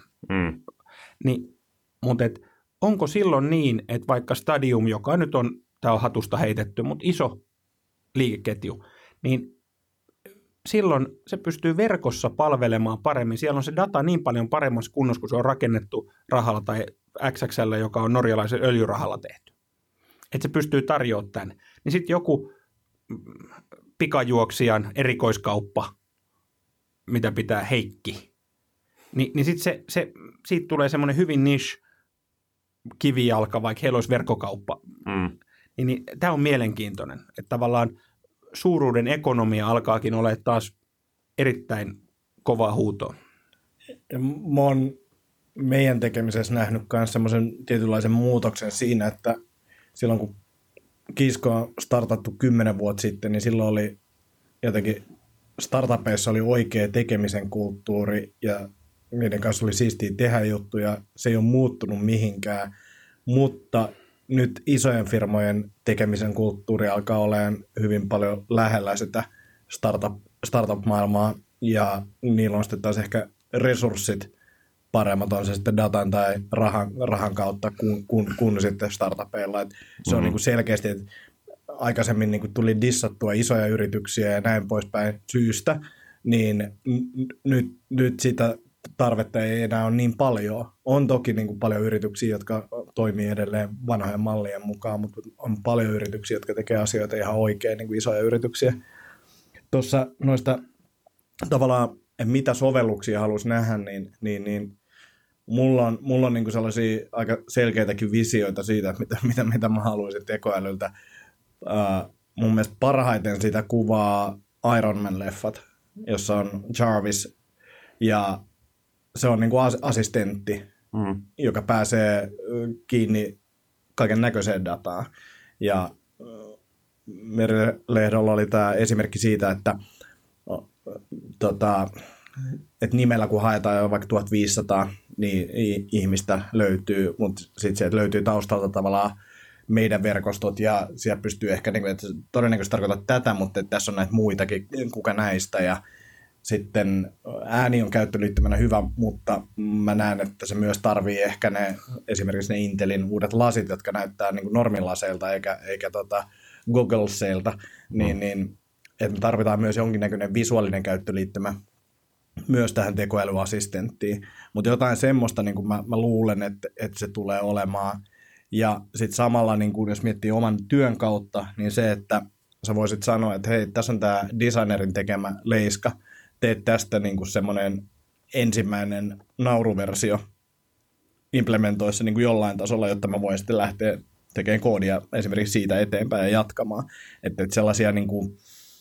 Mutta onko silloin niin, että vaikka Stadium, joka nyt on, tämä on hatusta heitetty, mutta iso liikeketju, niin silloin se pystyy verkossa palvelemaan paremmin. Siellä on se data niin paljon paremmassa kunnossa, kun se on rakennettu rahalla tai XXL, joka on norjalaisen öljyrahalla tehty. Että se pystyy tarjoamaan tämän. Niin sitten joku pikajuoksijan erikoiskauppa, mitä pitää Heikki, niin sitten siitä tulee semmoinen hyvin niche kivijalka, vaikka heillä olisi verkkokauppa. Niin tämä on mielenkiintoinen, että tavallaan suuruuden ekonomia alkaakin olla taas erittäin kovaa huutoa. Mä oon meidän tekemisessä nähnyt myös semmoisen tietynlaisen muutoksen siinä, että silloin kun Kisko on startattu 10 vuotta sitten, niin silloin oli jotenkin startupeissa oli oikea tekemisen kulttuuri ja niiden kanssa oli siistiä tehdä juttuja. Se ei ole muuttunut mihinkään, mutta nyt isojen firmojen tekemisen kulttuuri alkaa olemaan hyvin paljon lähellä sitä startup-maailmaa. ja niillä on sitten taas ehkä resurssit paremmat, on se sitten datan tai rahan kautta kuin sitten startupeilla. Et se on niin kuin selkeästi, että aikaisemmin niin kuin tuli dissattua isoja yrityksiä ja näin poispäin syystä, niin nyt sitä tarvetta ei enää ole niin paljon. On toki niin kuin paljon yrityksiä, jotka toimii edelleen vanhojen mallien mukaan, mutta on paljon yrityksiä, jotka tekee asioita ihan oikein, niin kuin isoja yrityksiä. Tuossa noista tavallaan, mitä sovelluksia haluaisi nähdä, niin mulla on niin kuin sellaisia aika selkeitäkin visioita siitä, että mitä mä haluaisin tekoälyltä. Mun mielestä parhaiten sitä kuvaa Iron Man-leffat, jossa on Jarvis ja se on niin kuin assistentti, joka pääsee kiinni kaiken näköiseen dataan. Ja Merilehdolla oli tämä esimerkki siitä, että nimellä kun haetaan jo vaikka 1500, niin ihmistä löytyy, mutta sitten sieltä löytyy taustalta tavallaan meidän verkostot, ja siellä pystyy ehkä, että todennäköisesti tarkoittaa tätä, että tässä on näitä muitakin, kuka näistä, ja sitten ääni on käyttöliittymänä hyvä, mutta mä näen, että se myös tarvii ehkä esimerkiksi ne Intelin uudet lasit, jotka näyttää niin kuin normilaseilta eikä Goggleseilta, niin että me tarvitaan myös jonkinnäköinen visuaalinen käyttöliittymä myös tähän tekoälyassistenttiin, mutta jotain semmoista niin kuin mä luulen, että se tulee olemaan. Ja sitten samalla, niin kuin jos miettii oman työn kautta, niin se, että sä voisit sanoa, että hei, tässä on tämä designerin tekemä leiska, teet tästä niin kuin semmoinen ensimmäinen nauruversio, implementoi se niin kuin jollain tasolla, jotta mä voin sitten lähteä tekemään koodia esimerkiksi siitä eteenpäin ja jatkamaan. Että sellaisia niin kuin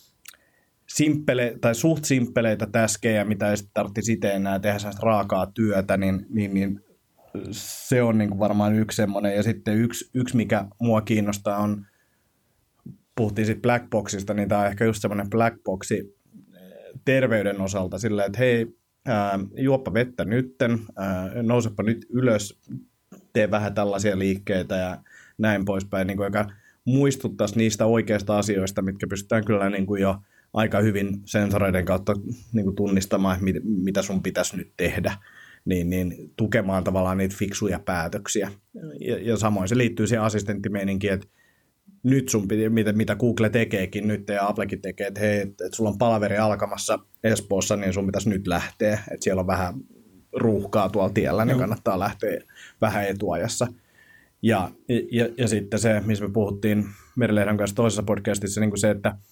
suht simppeleitä täskejä, mitä ei sitten tarvitsisi itse enää tehdä sellaista raakaa työtä, niin se on niin kuin varmaan yksi semmoinen. Ja sitten yksi, mikä mua kiinnostaa on, puhuttiin sitten Blackboxista, niin tämä on ehkä just semmoinen Blackboxi terveyden osalta silleen, että hei, juoppa vettä nytten, nousepa nyt ylös, tee vähän tällaisia liikkeitä ja näin poispäin, niin kuin, joka muistuttaisi niistä oikeista asioista, mitkä pystytään kyllä niin kuin jo aika hyvin sensoreiden kautta niin kuin tunnistamaan, mitä sun pitäisi nyt tehdä, niin tukemaan tavallaan niitä fiksuja päätöksiä. Ja samoin se liittyy siihen assistenttimeininkiin, että nyt sun mitä Google tekeekin nyt ja Applekin tekee, että hei, että sulla on palaveri alkamassa Espoossa, niin sun pitäisi nyt lähteä, että siellä on vähän ruuhkaa tuolla tiellä, niin kannattaa lähteä vähän etuajassa. Ja sitten se, missä me puhuttiin Merilehdon kanssa toisessa podcastissa, niin kuin se, että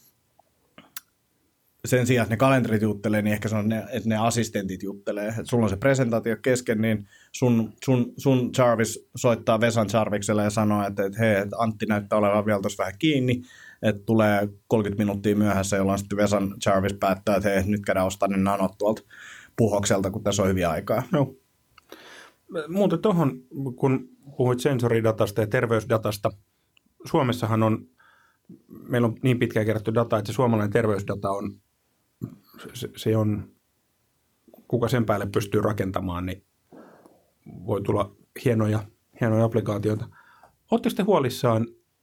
sen sijaan, että ne kalenterit juttelee, niin ehkä se on että ne assistentit juttelee. Että sulla on se presentaatio kesken, niin sun Jarvis soittaa Vesan Jarvikselle ja sanoo, että hei, että Antti näyttää olevan vielä tuossa vähän kiinni, että tulee 30 minuuttia myöhässä, jolloin sitten Vesan Jarvis päättää, että hei, nyt käydään ostaa ne nanot tuolta puhokselta, kun tässä on hyviä aikaa. No. Muuten tuohon, kun puhuit sensoridatasta ja terveysdatasta, Suomessahan meillä on niin pitkään kerätty data, että se suomalainen terveysdata se on, kuka sen päälle pystyy rakentamaan, niin voi tulla hienoja applikaatioita. Oletteko te huolissaan,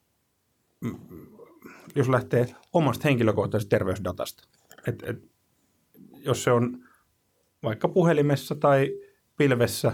jos lähtee omasta henkilökohtaisesta terveysdatasta? Jos se on vaikka puhelimessa tai pilvessä.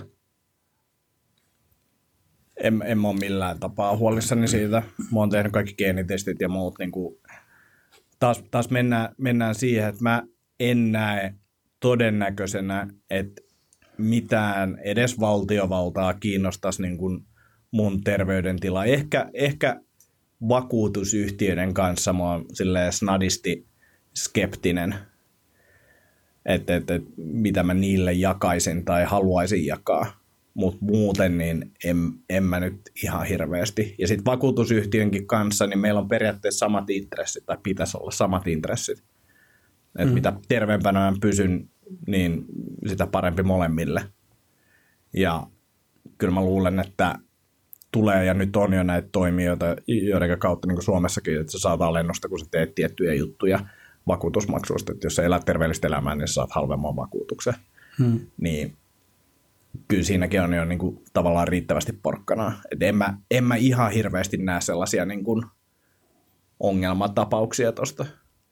En ole millään tapaa huolissani siitä. Mä oon tehnyt kaikki geenitestit ja muut. Niin kuin, taas mennään siihen, että mä en näe todennäköisenä, että mitään edes valtiovaltaa kiinnostaisi niin kuin mun terveydentila. Ehkä vakuutusyhtiöiden kanssa mä oon silleen snadisti skeptinen, että mitä mä niille jakaisin tai haluaisin jakaa. Mutta muuten niin en mä nyt ihan hirveästi. Ja sitten vakuutusyhtiönkin kanssa, niin meillä on periaatteessa samat intressit, tai pitäisi olla samat intressit. Että mitä terveempänä mä pysyn, niin sitä parempi molemmille. Ja kyllä mä luulen, että tulee, ja nyt on jo näitä toimijoita, joiden kautta niin kuin Suomessakin, että sä saat alennusta, kun sä teet tiettyjä juttuja vakuutusmaksuista. Että jos sä elät terveellistä elämää, niin sä saat halvemman vakuutuksen. Niin kyllä siinäkin on jo niin kuin tavallaan riittävästi porkkanaa. Et en mä ihan hirveästi näe sellaisia niin kuin ongelmatapauksia tuosta.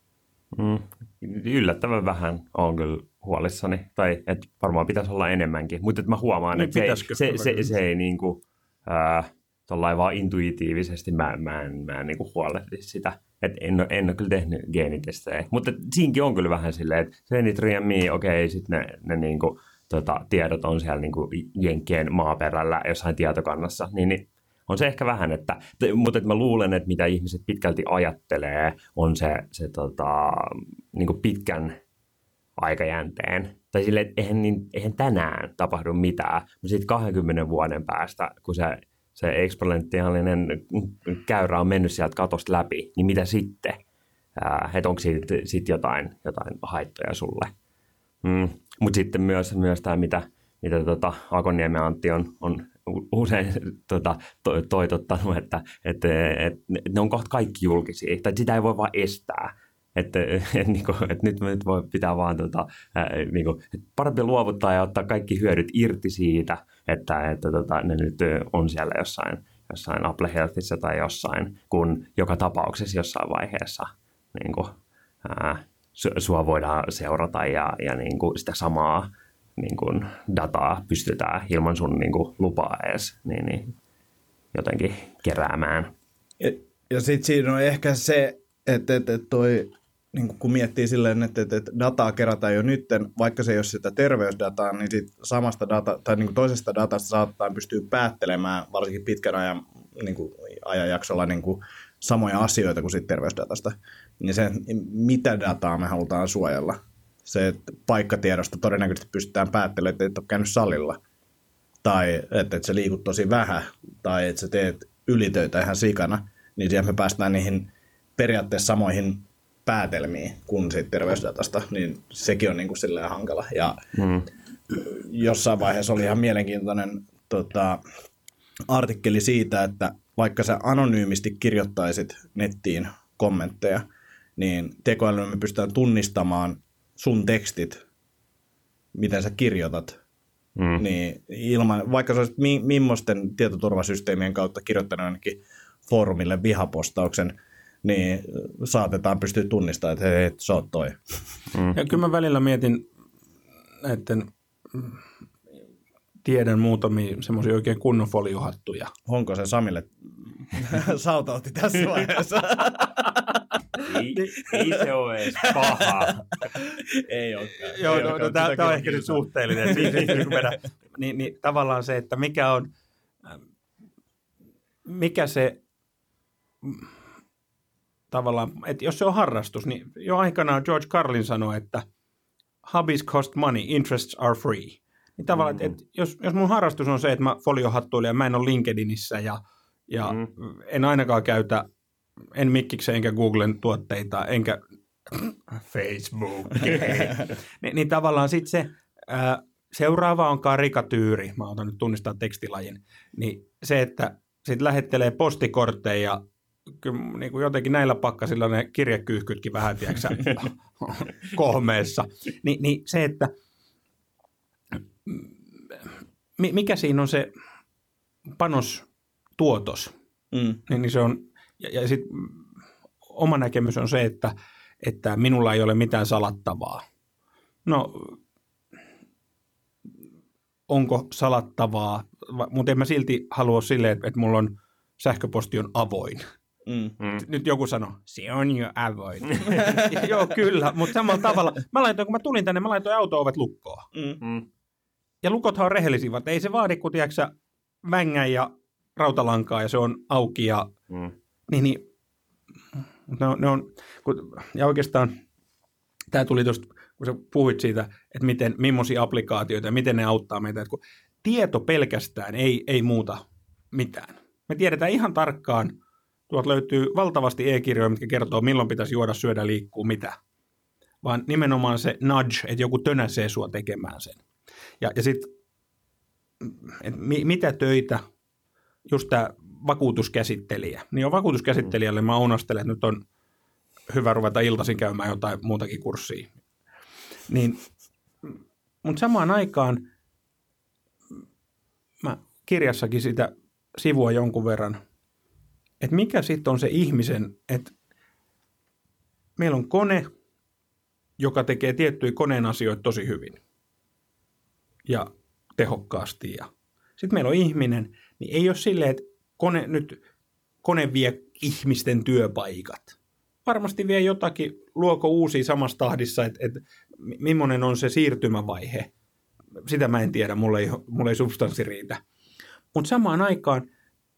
Yllättävän vähän on kyllä huolissani, tai että varmaan pitäisi olla enemmänkin, mutta mä huomaan, Niin että se ei niinku, tollain vaan intuitiivisesti mä en niinku huolehdi sitä, että en ole kyllä tehnyt geenitestejä, mutta siinäkin on kyllä vähän silleen, että 23andMe, okei, sitten ne niinku, tiedot on siellä niinku Jenkkien maaperällä jossain tietokannassa, niin on se ehkä vähän, mutta mä luulen, että mitä ihmiset pitkälti ajattelee, on se niinku pitkän aikajänteen. Tai silleen, että eihän tänään tapahdu mitään, mutta sitten 20 vuoden päästä, kun se eksponentiaalinen käyrä on mennyt sieltä katosta läpi, niin mitä sitten? Että onko siitä jotain haittoja sulle? Mutta sitten myös tämä, mitä Akonniemen Antti on usein toitottanut, että ne on kohta kaikki julkisia, tai sitä ei voi vaan estää. Että nyt pitää vaan parempi luovuttaa ja ottaa kaikki hyödyt irti siitä, että ne nyt on siellä jossain Apple Healthissa tai jossain, kun joka tapauksessa jossain vaiheessa sua voidaan seurata ja sitä samaa dataa pystytään ilman sun lupaa edes niin jotenkin keräämään. Ja sitten siinä on ehkä se, että toi, kun miettii silleen, että dataa kerätään jo nytten, vaikka se ei ole sitä terveysdataa, niin sit samasta tai toisesta datasta saattaa pystyä päättelemään varsinkin pitkän ajanjaksolla samoja asioita kuin siitä terveysdatasta. Niin se, mitä dataa me halutaan suojella. Se, että paikkatiedosta todennäköisesti pystytään päättelemään, että et ole käynyt salilla. Tai että sä liikut tosi vähän. Tai että sä teet ylitöitä ihan sikana. Niin siellä me päästään niihin periaatteessa samoihin päätelmiin kuin siitä terveysdatasta. Niin sekin on silleen hankala. Ja jossain vaiheessa oli ihan mielenkiintoinen artikkeli siitä, että vaikka sä anonyymisti kirjoittaisit nettiin kommentteja, niin tekoälyllä me pystytään tunnistamaan sun tekstit, miten sä kirjoitat, niin vaikka sä olisit millaisten tietoturvasysteemien kautta kirjoittanut ainakin foorumille vihapostauksen, niin saatetaan pystyä tunnistamaan, että hei, sä oot toi. Ja kyllä mä välillä mietin näiden, tiedän muutamia semmoisia oikein kunnon foliohattuja. Onko se Samille sautautti tässä vaiheessa? Ei se ole edes paha. Ei olekaan. Joo, tämä on ehkä nyt suhteellinen. niin tavallaan se, että mikä se tavallaan, että jos se on harrastus, niin jo aikanaan George Carlin sanoi, että hobbies cost money, interests are free. Niin tavallaan, että jos mun harrastus on se, että mä foliohattuilen ja mä en ole LinkedInissä ja en ainakaan käytä, en Mikkikseen enkä Googlen tuotteita, enkä Facebook. niin tavallaan sitten se seuraava on karikatyyri, mä otan nyt tunnistaa tekstilajin, niin se, että sitten lähettelee postikortteja, niin kuin jotenkin näillä pakkasilla ne kirjekyyhkytkin vähän, tiedätkö kohmeessa, niin se, että mikä siinä on se panostuotos, niin se on, ja sitten oma näkemys on se, että minulla ei ole mitään salattavaa. No, onko salattavaa, mutta en mä silti halua silleen, että mulla on sähköposti on avoin. Nyt joku sanoo, se on jo avoin. Joo, kyllä, mutta samalla tavalla. Kun mä tulin tänne, mä laitoin auto-ovet lukkoon. Ja lukothan on rehellisiä, että ei se vaadi, kun tiedätkö vängän ja rautalankaa ja se on auki. Ja, niin, ne on, ja oikeastaan tämä tuli tuosta, kun sä puhuit siitä, että millaisia applikaatioita ja miten ne auttaa meitä. Että kun tieto pelkästään ei muuta mitään. Me tiedetään ihan tarkkaan, tuolta löytyy valtavasti e-kirjoja, mitkä kertoo, milloin pitäisi juoda, syödä, liikkua, mitä. Vaan nimenomaan se nudge, että joku tönäsee sua tekemään sen. Ja sitten, mitä töitä, just tämä vakuutuskäsittelijä, niin jo vakuutuskäsittelijälle mä unastelen, että nyt on hyvä ruveta iltaisin käymään jotain muutakin kurssia. Niin, mutta samaan aikaan mä kirjassakin sitä sivua jonkun verran, että mikä sitten on se ihmisen, että meillä on kone, joka tekee tiettyjä koneen asioita tosi hyvin ja tehokkaasti. Ja sitten meillä on ihminen, niin ei ole silleen, että kone vie ihmisten työpaikat. Varmasti vie jotakin, luoko uusia samassa tahdissa, että millainen on se siirtymävaihe. Sitä mä en tiedä, mulla ei substanssi riitä. Mutta samaan aikaan,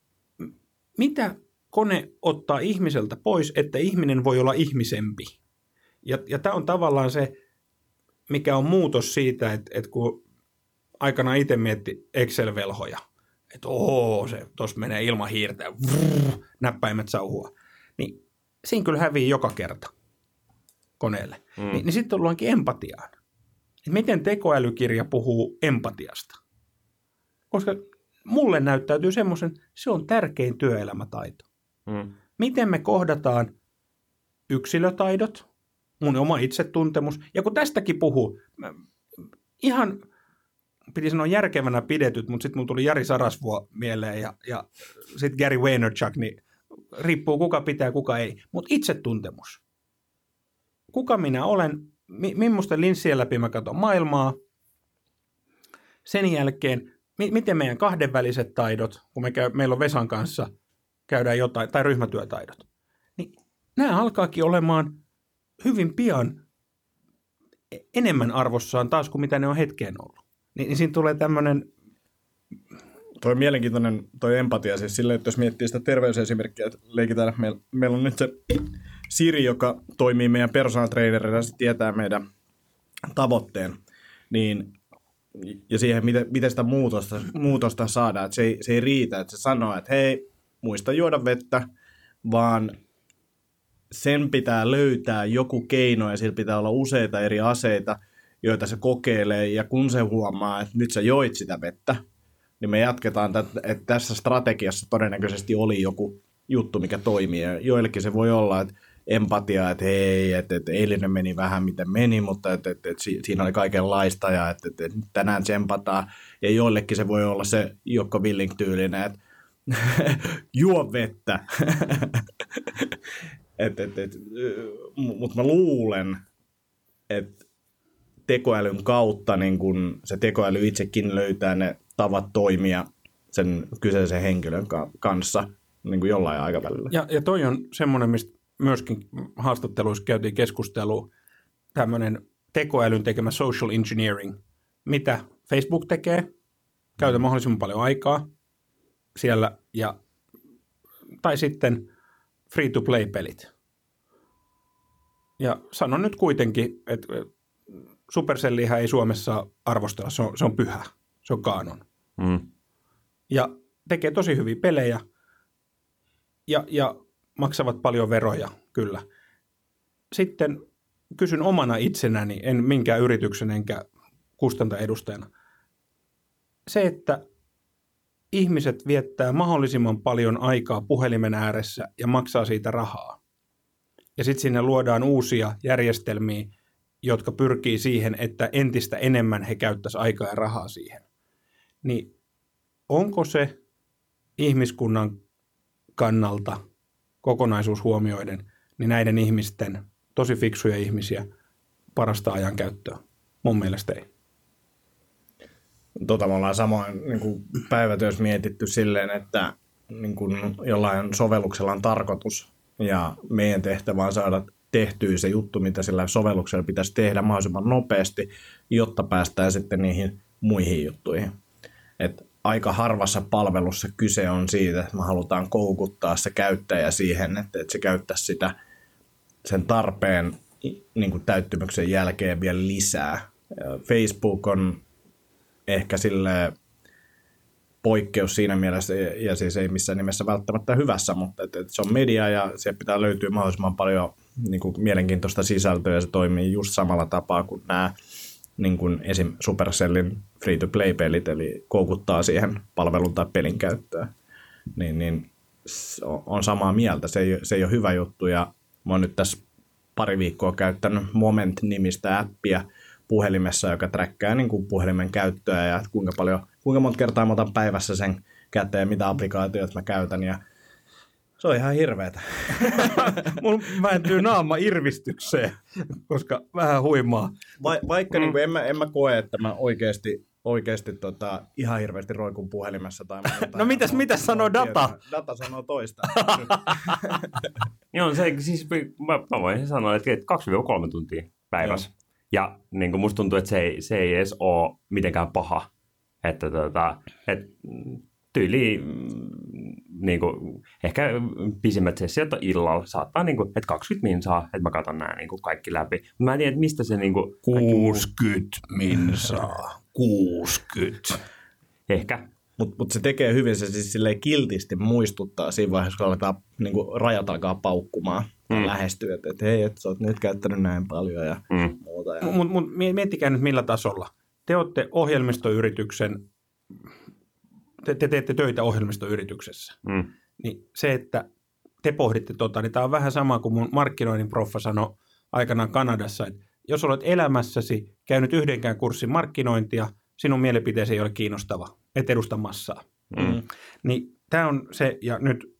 mitä kone ottaa ihmiseltä pois, että ihminen voi olla ihmisempi? Ja tämä on tavallaan se, mikä on muutos siitä, että kun aikanaan itse mietti Excel-velhoja, että se tuossa menee ilman hiirtä, näppäimet sauhua, niin siinä kyllä hävii joka kerta koneelle. Niin sitten tullaankin empatiaan. Et miten tekoälykirja puhuu empatiasta? Koska mulle näyttäytyy semmoisen, se on tärkein työelämätaito. Miten me kohdataan yksilötaidot, mun oma itsetuntemus, ja kun tästäkin puhuu, ihan piti sanoa järkevänä pidetyt, mutta sitten mun tuli Jari Sarasvuo mieleen ja sitten Gary Vaynerchuk, niin riippuu kuka pitää, kuka ei. Mutta itsetuntemus. Kuka minä olen, millaisten linssien läpi mä katson maailmaa. Sen jälkeen, miten meidän kahdenväliset taidot, kun meillä on Vesan kanssa, käydään jotain, tai ryhmätyötaidot. Niin nämä alkaakin olemaan hyvin pian enemmän arvossaan taas kuin mitä ne on hetkeen ollut. Niin siinä tulee tämmöinen... Toi on mielenkiintoinen toi empatia, siis silleen, että jos miettii sitä terveysesimerkkiä, että leikitään, että meillä on nyt se Siri, joka toimii meidän personal trainerina ja se tietää meidän tavoitteen, niin, ja siihen, miten sitä muutosta saadaan, että se ei riitä, että se sanoo, että hei, muista juoda vettä, vaan sen pitää löytää joku keino ja sillä pitää olla useita eri aseita, joita se kokeilee, ja kun se huomaa, että nyt sä joit sitä vettä, niin me jatketaan, että tässä strategiassa todennäköisesti oli joku juttu, mikä toimii. Ja joillekin se voi olla, että empatia, että hei, että eilinen meni vähän miten meni, mutta että siinä oli kaikenlaista ja että tänään tsempataan. Ja joillekin se voi olla se Jokko Willing-tyylinen, että juo vettä. Mutta mä luulen, että tekoälyn kautta niin kun se tekoäly itsekin löytää ne tavat toimia sen kyseisen henkilön kanssa niin kuin jollain aikavälillä. Ja toi on semmoinen, mistä myöskin haastatteluissa käytiin keskustelua, tämmöinen tekoälyn tekemä social engineering. Mitä Facebook tekee? Käytä mahdollisimman paljon aikaa siellä, tai sitten free-to-play-pelit. Ja sanon nyt kuitenkin, että Supercelliä ei Suomessa arvostella, se on pyhä, se on kaanon. Ja tekee tosi hyviä pelejä ja maksavat paljon veroja, kyllä. Sitten kysyn omana itsenäni, en minkään yrityksen enkä kustantajaedustajana. Se, että ihmiset viettää mahdollisimman paljon aikaa puhelimen ääressä ja maksaa siitä rahaa. Ja sitten sinne luodaan uusia järjestelmiä, jotka pyrkii siihen, että entistä enemmän he käyttäisivät aikaa ja rahaa siihen. Niin onko se ihmiskunnan kannalta kokonaisuus huomioiden, niin näiden ihmisten, tosi fiksuja ihmisiä, parasta ajankäyttöä? Mun mielestä ei. Me ollaan samoin niin kuin päivätyössä mietitty silleen, että niin kuin jollain sovelluksella on tarkoitus ja meidän tehtävä on saada tehtyä se juttu, mitä sillä sovelluksella pitäisi tehdä mahdollisimman nopeasti, jotta päästään sitten niihin muihin juttuihin. Et aika harvassa palvelussa kyse on siitä, että me halutaan koukuttaa se käyttäjä siihen, että se käyttäisi sitä sen tarpeen niin kuin täyttymyksen jälkeen vielä lisää. Facebook on ehkä sille poikkeus siinä mielessä, ja siis ei missään nimessä välttämättä hyvässä, mutta että se on media ja siellä pitää löytyä mahdollisimman paljon niin kuin mielenkiintoista sisältöä ja se toimii just samalla tapaa kuin nämä niin kuin esim. Supercellin free-to-play-pelit, eli koukuttaa siihen palvelun tai pelin käyttöön. Niin on samaa mieltä, se ei ole hyvä juttu ja mä oon nyt tässä pari viikkoa käyttänyt Moment-nimistä appia puhelimessa, joka träkkää niin kuin puhelimen käyttöä ja kuinka monta kertaa mä otan päivässä sen käteen, mitä applikaatioita mä käytän ja Se on ihan hirveetä. Mulla vääntyy naama irvistykseen, koska vähän huimaa. Vaikka niin kuin en mä koe, että mä oikeasti ihan hirveästi roikun puhelimessa tai muuta. No mitäs sanoo data? Data sanoo toista. Joo, se siis mä voin sanoa, että 2-3 tuntia päivässä. Joo. Ja niin kuin musta tuntuu, että se ei edes ole mitenkään paha. Että tyyliin niin kuin, ehkä pisimmät sessiot on illalla. Saattaa, niin kuin, että 20 minsaa, että mä katson nämä niin kuin kaikki läpi. Mä en tiedä, että mistä se... Niin kuin, 60 minsaa. 60. Ehkä. Mutta se tekee hyvin, se siis silleen kiltisti muistuttaa siinä vaiheessa, kun aletaan niin kuin rajat alkaa paukkumaan ja lähestyy, että hei, että sä oot nyt käyttänyt näin paljon ja muuta. Mutta miettikää nyt millä tasolla. Te olette ohjelmistoyrityksen, te teette töitä ohjelmistoyrityksessä. Niin se, että te pohditte niin tämä on vähän sama kuin mun markkinoinnin proffa sanoi aikanaan Kanadassa, että jos olet elämässäsi käynyt yhdenkään kurssin markkinointia, sinun mielipiteesi ei ole kiinnostava, et edusta massaa. Niin tämä on se, ja nyt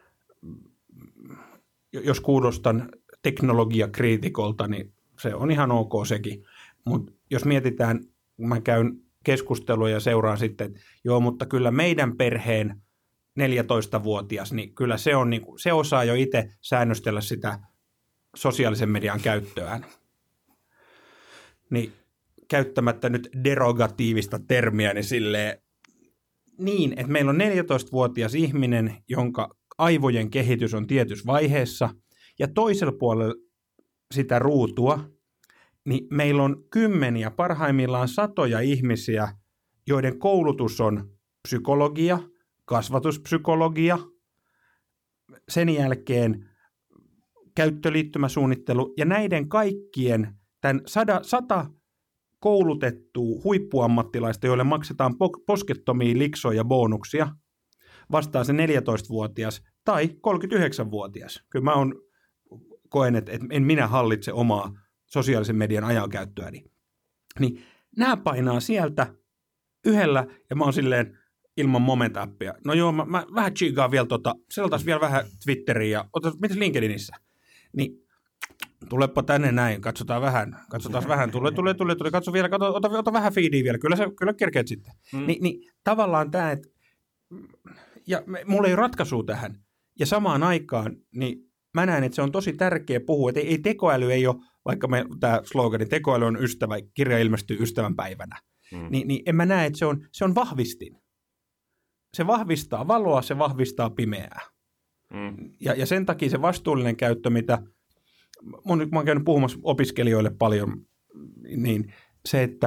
jos kuulostan teknologiakriitikolta, niin se on ihan ok sekin. Mutta jos mietitään, mä käyn keskustelua ja seuraan sitten, että joo, mutta kyllä meidän perheen 14-vuotias, niin kyllä se, on, niin se osaa jo itse säännöstellä sitä sosiaalisen median käyttöään. Niin käyttämättä nyt derogatiivista termiä, niin silleen niin, että meillä on 14-vuotias ihminen, jonka aivojen kehitys on tietyssä vaiheessa, ja toisella puolella sitä ruutua, niin meillä on kymmeniä, parhaimmillaan satoja ihmisiä, joiden koulutus on psykologia, kasvatuspsykologia, sen jälkeen käyttöliittymäsuunnittelu, ja näiden kaikkien, tämän 100 koulutettua huippuammattilaista, joille maksetaan poskettomia liksoja bonuksia, vastaa se 14-vuotias tai 39-vuotias. Kyllä mä koen, että en minä hallitse omaa sosiaalisen median ajankäyttöäni. Niin nämä painaa sieltä yhdellä, ja mä oon silleen ilman moment-appia. No joo, mä vähän chigaan vielä selataan vielä vähän Twitteriä, ja mitäs LinkedInissä? Niin tulepa tänne näin, katsotaan vähän, tule, katso vielä, ota vähän feedia vielä, kyllä kerkeet sitten. Niin tavallaan tämä, että ja mulla ei ole ratkaisua tähän, ja samaan aikaan, niin mä näen, että se on tosi tärkeä puhua, että ei tekoäly ei ole, vaikka tämä slogani, tekoäly on ystävä, kirja ilmestyy ystävänpäivänä, niin en mä näe, että se on vahvistin. Se vahvistaa valoa, se vahvistaa pimeää. Ja sen takia se vastuullinen käyttö, mitä mä oon käynyt puhumassa opiskelijoille paljon, niin se, että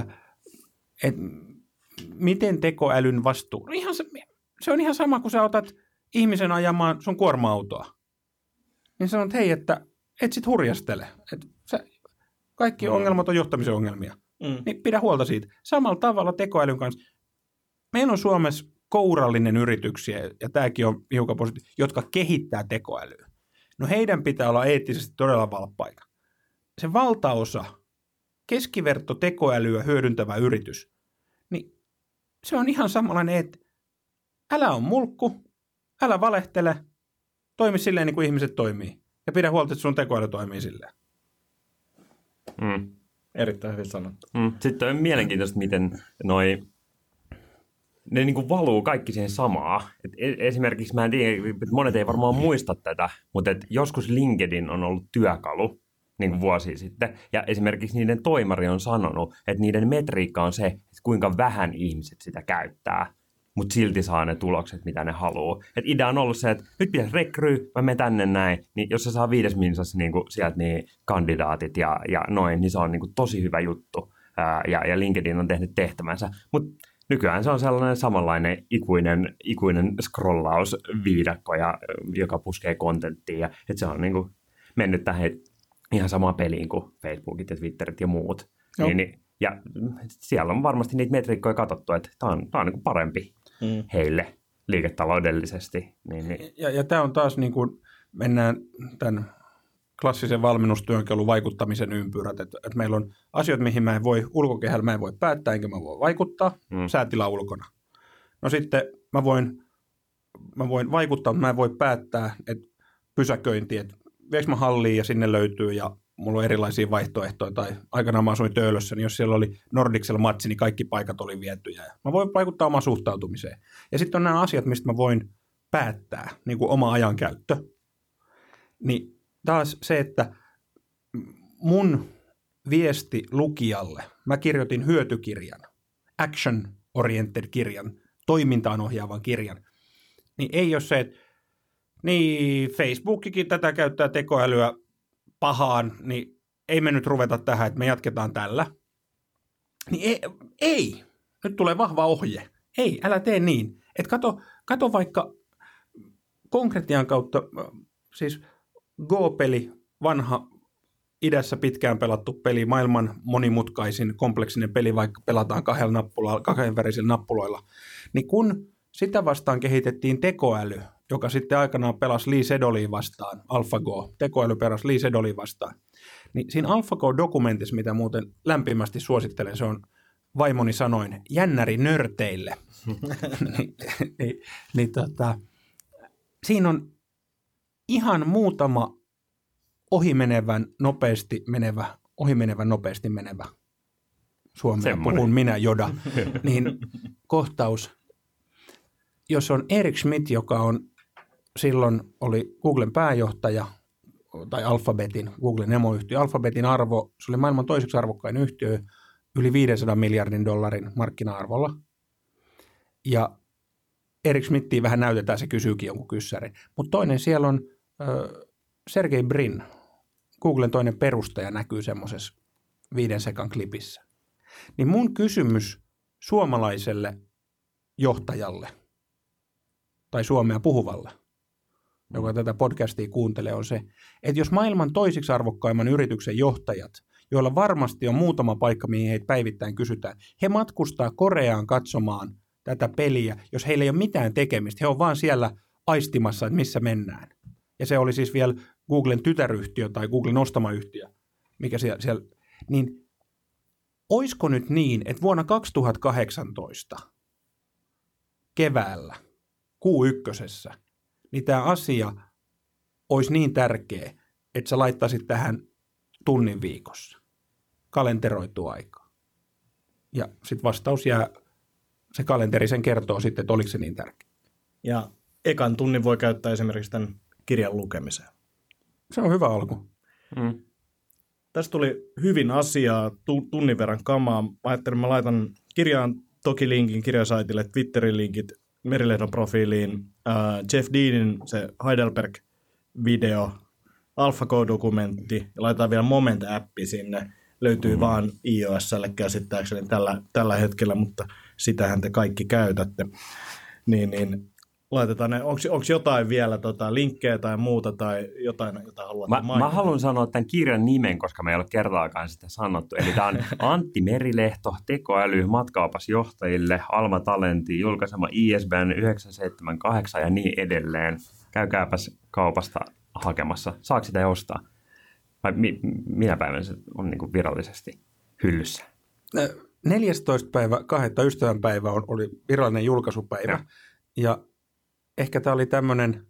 miten tekoälyn vastuu, se on ihan sama, kun sä otat ihmisen ajamaan sun kuorma-autoa. Niin sanot, hei, että et sit hurjastele. Kaikki ongelmat on johtamisen ongelmia. Niin pidä huolta siitä. Samalla tavalla tekoälyn kanssa. Meillä on Suomessa kourallinen yrityksiä, ja tämäkin on hiukan positiivista, jotka kehittää tekoälyä. No heidän pitää olla eettisesti todella valppaita. Se valtaosa, keskiverto tekoälyä hyödyntävä yritys, niin se on ihan samanlainen, että älä on mulkku, älä valehtele, toimi silleen niin kuin ihmiset toimii. Ja pidä huolta, että sun tekoäly toimii silleen. Erittäin hyvin sanottu. Sitten on mielenkiintoista, miten ne niin kuin valuu kaikki siihen samaan. Esimerkiksi mä en tiedä, että monet ei varmaan muista tätä, mutta joskus LinkedIn on ollut työkalu niin kuin vuosia sitten. Ja esimerkiksi niiden toimari on sanonut, että niiden metriikka on se, että kuinka vähän ihmiset sitä käyttää, mutta silti saa ne tulokset, mitä ne haluaa. Et idea on ollut se, että nyt pitäisi rekryy, mä menen tänne näin, niin jos se saa 5 minsassa niin sieltä niin kandidaatit ja noin, niin se on niin kuin tosi hyvä juttu. Ja LinkedIn on tehnyt tehtävänsä, mutta nykyään se on sellainen samanlainen ikuinen scrollausviidakko, joka puskee kontenttia. Että se on niin kuin mennyt tähän ihan samaan peliin kuin Facebookit ja Twitterit ja muut. Ja siellä on varmasti niitä metriikkoja katsottu, että tämä on niin kuin parempi heille liiketaloudellisesti. Ja tämä on taas niin kuin mennään tämän klassisen valmennustyönkalun vaikuttamisen ympyrät, että meillä on asioita, mihin ulkokehällä mä en voi päättää, enkä mä voi vaikuttaa, säätila ulkona. No sitten mä voin mä voin vaikuttaa, mutta mä en voi päättää, että pysäköinti, että viekö mä halliin ja sinne löytyy ja mulla on erilaisia vaihtoehtoja, tai aikanaan mä asuin Töölössä, niin jos siellä oli Nordicsella matsi, niin kaikki paikat oli vietyjä. Mä voin vaikuttaa omaan suhtautumiseen. Ja sitten on nämä asiat, mistä mä voin päättää, niin kuin oma ajankäyttö. Niin taas se, että mun viesti lukijalle, mä kirjoitin hyötykirjan, action-oriented kirjan, toimintaan ohjaavan kirjan, niin ei ole se, että niin Facebookikin tätä käyttää tekoälyä pahaan, niin ei me nyt ruveta tähän, että me jatketaan tällä. Niin ei. Nyt tulee vahva ohje. Ei, älä tee niin. Että kato vaikka konkretian kautta, siis Go-peli, vanha idässä pitkään pelattu peli, maailman monimutkaisin kompleksinen peli, vaikka pelataan kahden värisillä nappuloilla, niin kun sitä vastaan kehitettiin tekoäly, joka sitten aikanaan pelasi Lee Sedolia vastaan, AlphaGo, tekoäly pelasi Lee Sedolia vastaan, niin siinä AlphaGo-dokumentissa, mitä muuten lämpimästi suosittelen, se on vaimoni sanoin, jännäri nörteille, siinä on ihan muutama ohimenevän nopeasti menevä suomea puhun minä Joda, niin kohtaus, jos on Eric Schmidt, joka on silloin oli Googlen pääjohtaja tai Alphabetin, Googlen emoyhtiö, Alphabetin arvo, se oli maailman toiseksi arvokkain yhtiö yli 500 miljardin dollarin markkina-arvolla. Ja Eric Schmidtiin vähän näytetään, se kysyykin jonkun kyssärin. Mutta toinen siellä on Sergey Brin, Googlen toinen perustaja, näkyy semmoisessa 5 sekan klipissä. Niin mun kysymys suomalaiselle johtajalle tai suomea puhuvalle, joka tätä podcastia kuuntelee, on se, että jos maailman toisiksi arvokkaimman yrityksen johtajat, joilla varmasti on muutama paikka, mihin heitä päivittäin kysytään, he matkustaa Koreaan katsomaan tätä peliä, jos heillä ei ole mitään tekemistä, he on vaan siellä aistimassa, että missä mennään. Ja se oli siis vielä Googlen tytäryhtiö tai Googlen ostama yhtiö, mikä siellä, niin oisko nyt niin, että vuonna 2018 keväällä Q1, niin tämä asia olisi niin tärkeä, että sä laittaisit tähän tunnin viikossa kalenteroitua aikaa. Ja sitten vastaus jää, se kalenteri sen kertoo sitten, että oliko se niin tärkeä. Ja ekan tunnin voi käyttää esimerkiksi tämän kirjan lukemiseen. Se on hyvä alku. Tästä tuli hyvin asiaa, tunnin verran kamaa. Mä ajattelin, mä laitan kirjaan toki linkin kirjasaitille, Twitterin linkit, Merilehdon profiiliin, Jeff Deanin se Heidelberg-video, AlphaGo-dokumentti ja laitetaan vielä Moment-appi sinne. Löytyy vaan iOS:lle käsittääkseni tällä hetkellä, mutta sitähän te kaikki käytätte. Niin laitetaan ne. Onko jotain vielä linkkejä tai muuta tai jotain, jota haluat mainita? Mä haluan sanoa tämän kirjan nimen, koska me ei ole kertaakaan sitä sanottu. Eli tämä on Antti Merilehto, tekoäly matkaopasjohtajille, Alma Talentiin, julkaisema ISBN 978 ja niin edelleen. Käykääpäs kaupasta hakemassa. Saako sitä ostaa? Vai minä päivänä se on niin kuin virallisesti hyllyssä? 14.2. ystävänpäivä oli virallinen julkaisupäivä. Ja ehkä tämä oli tämmöinen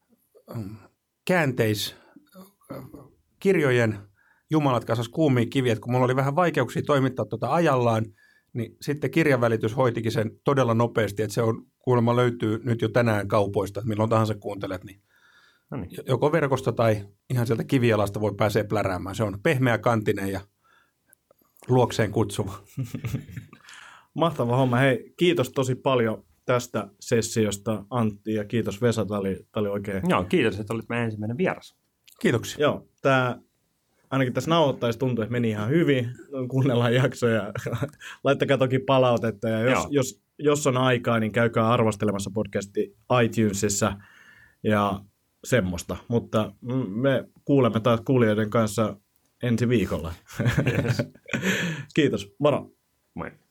kirjojen jumalat kasas kuumia kiviä, että kun mulla oli vähän vaikeuksia toimittaa ajallaan, niin sitten kirjanvälitys hoitikin sen todella nopeasti, että se on kuulemma löytyy nyt jo tänään kaupoista, että milloin tahansa kuuntelet, niin joko verkosta tai ihan sieltä kivialasta voi pääsee pläräämään. Se on pehmeä kantinen ja luokseen kutsuva. Mahtava homma. Hei, kiitos tosi paljon tästä sessiosta, Antti, ja kiitos Vesa, tämä oli oikein. Joo, kiitos, että olit meidän ensimmäinen vieras. Kiitoksia. Joo, ainakin tässä nauhoittaessa tuntuu, että meni ihan hyvin, kuunnellaan jaksoja, laittakaa toki palautetta, ja jos on aikaa, niin käykää arvostelemassa podcasti iTunesissa, ja semmoista, mutta me kuulemme taas kuulijoiden kanssa ensi viikolla. Yes. Kiitos, moro. Moi.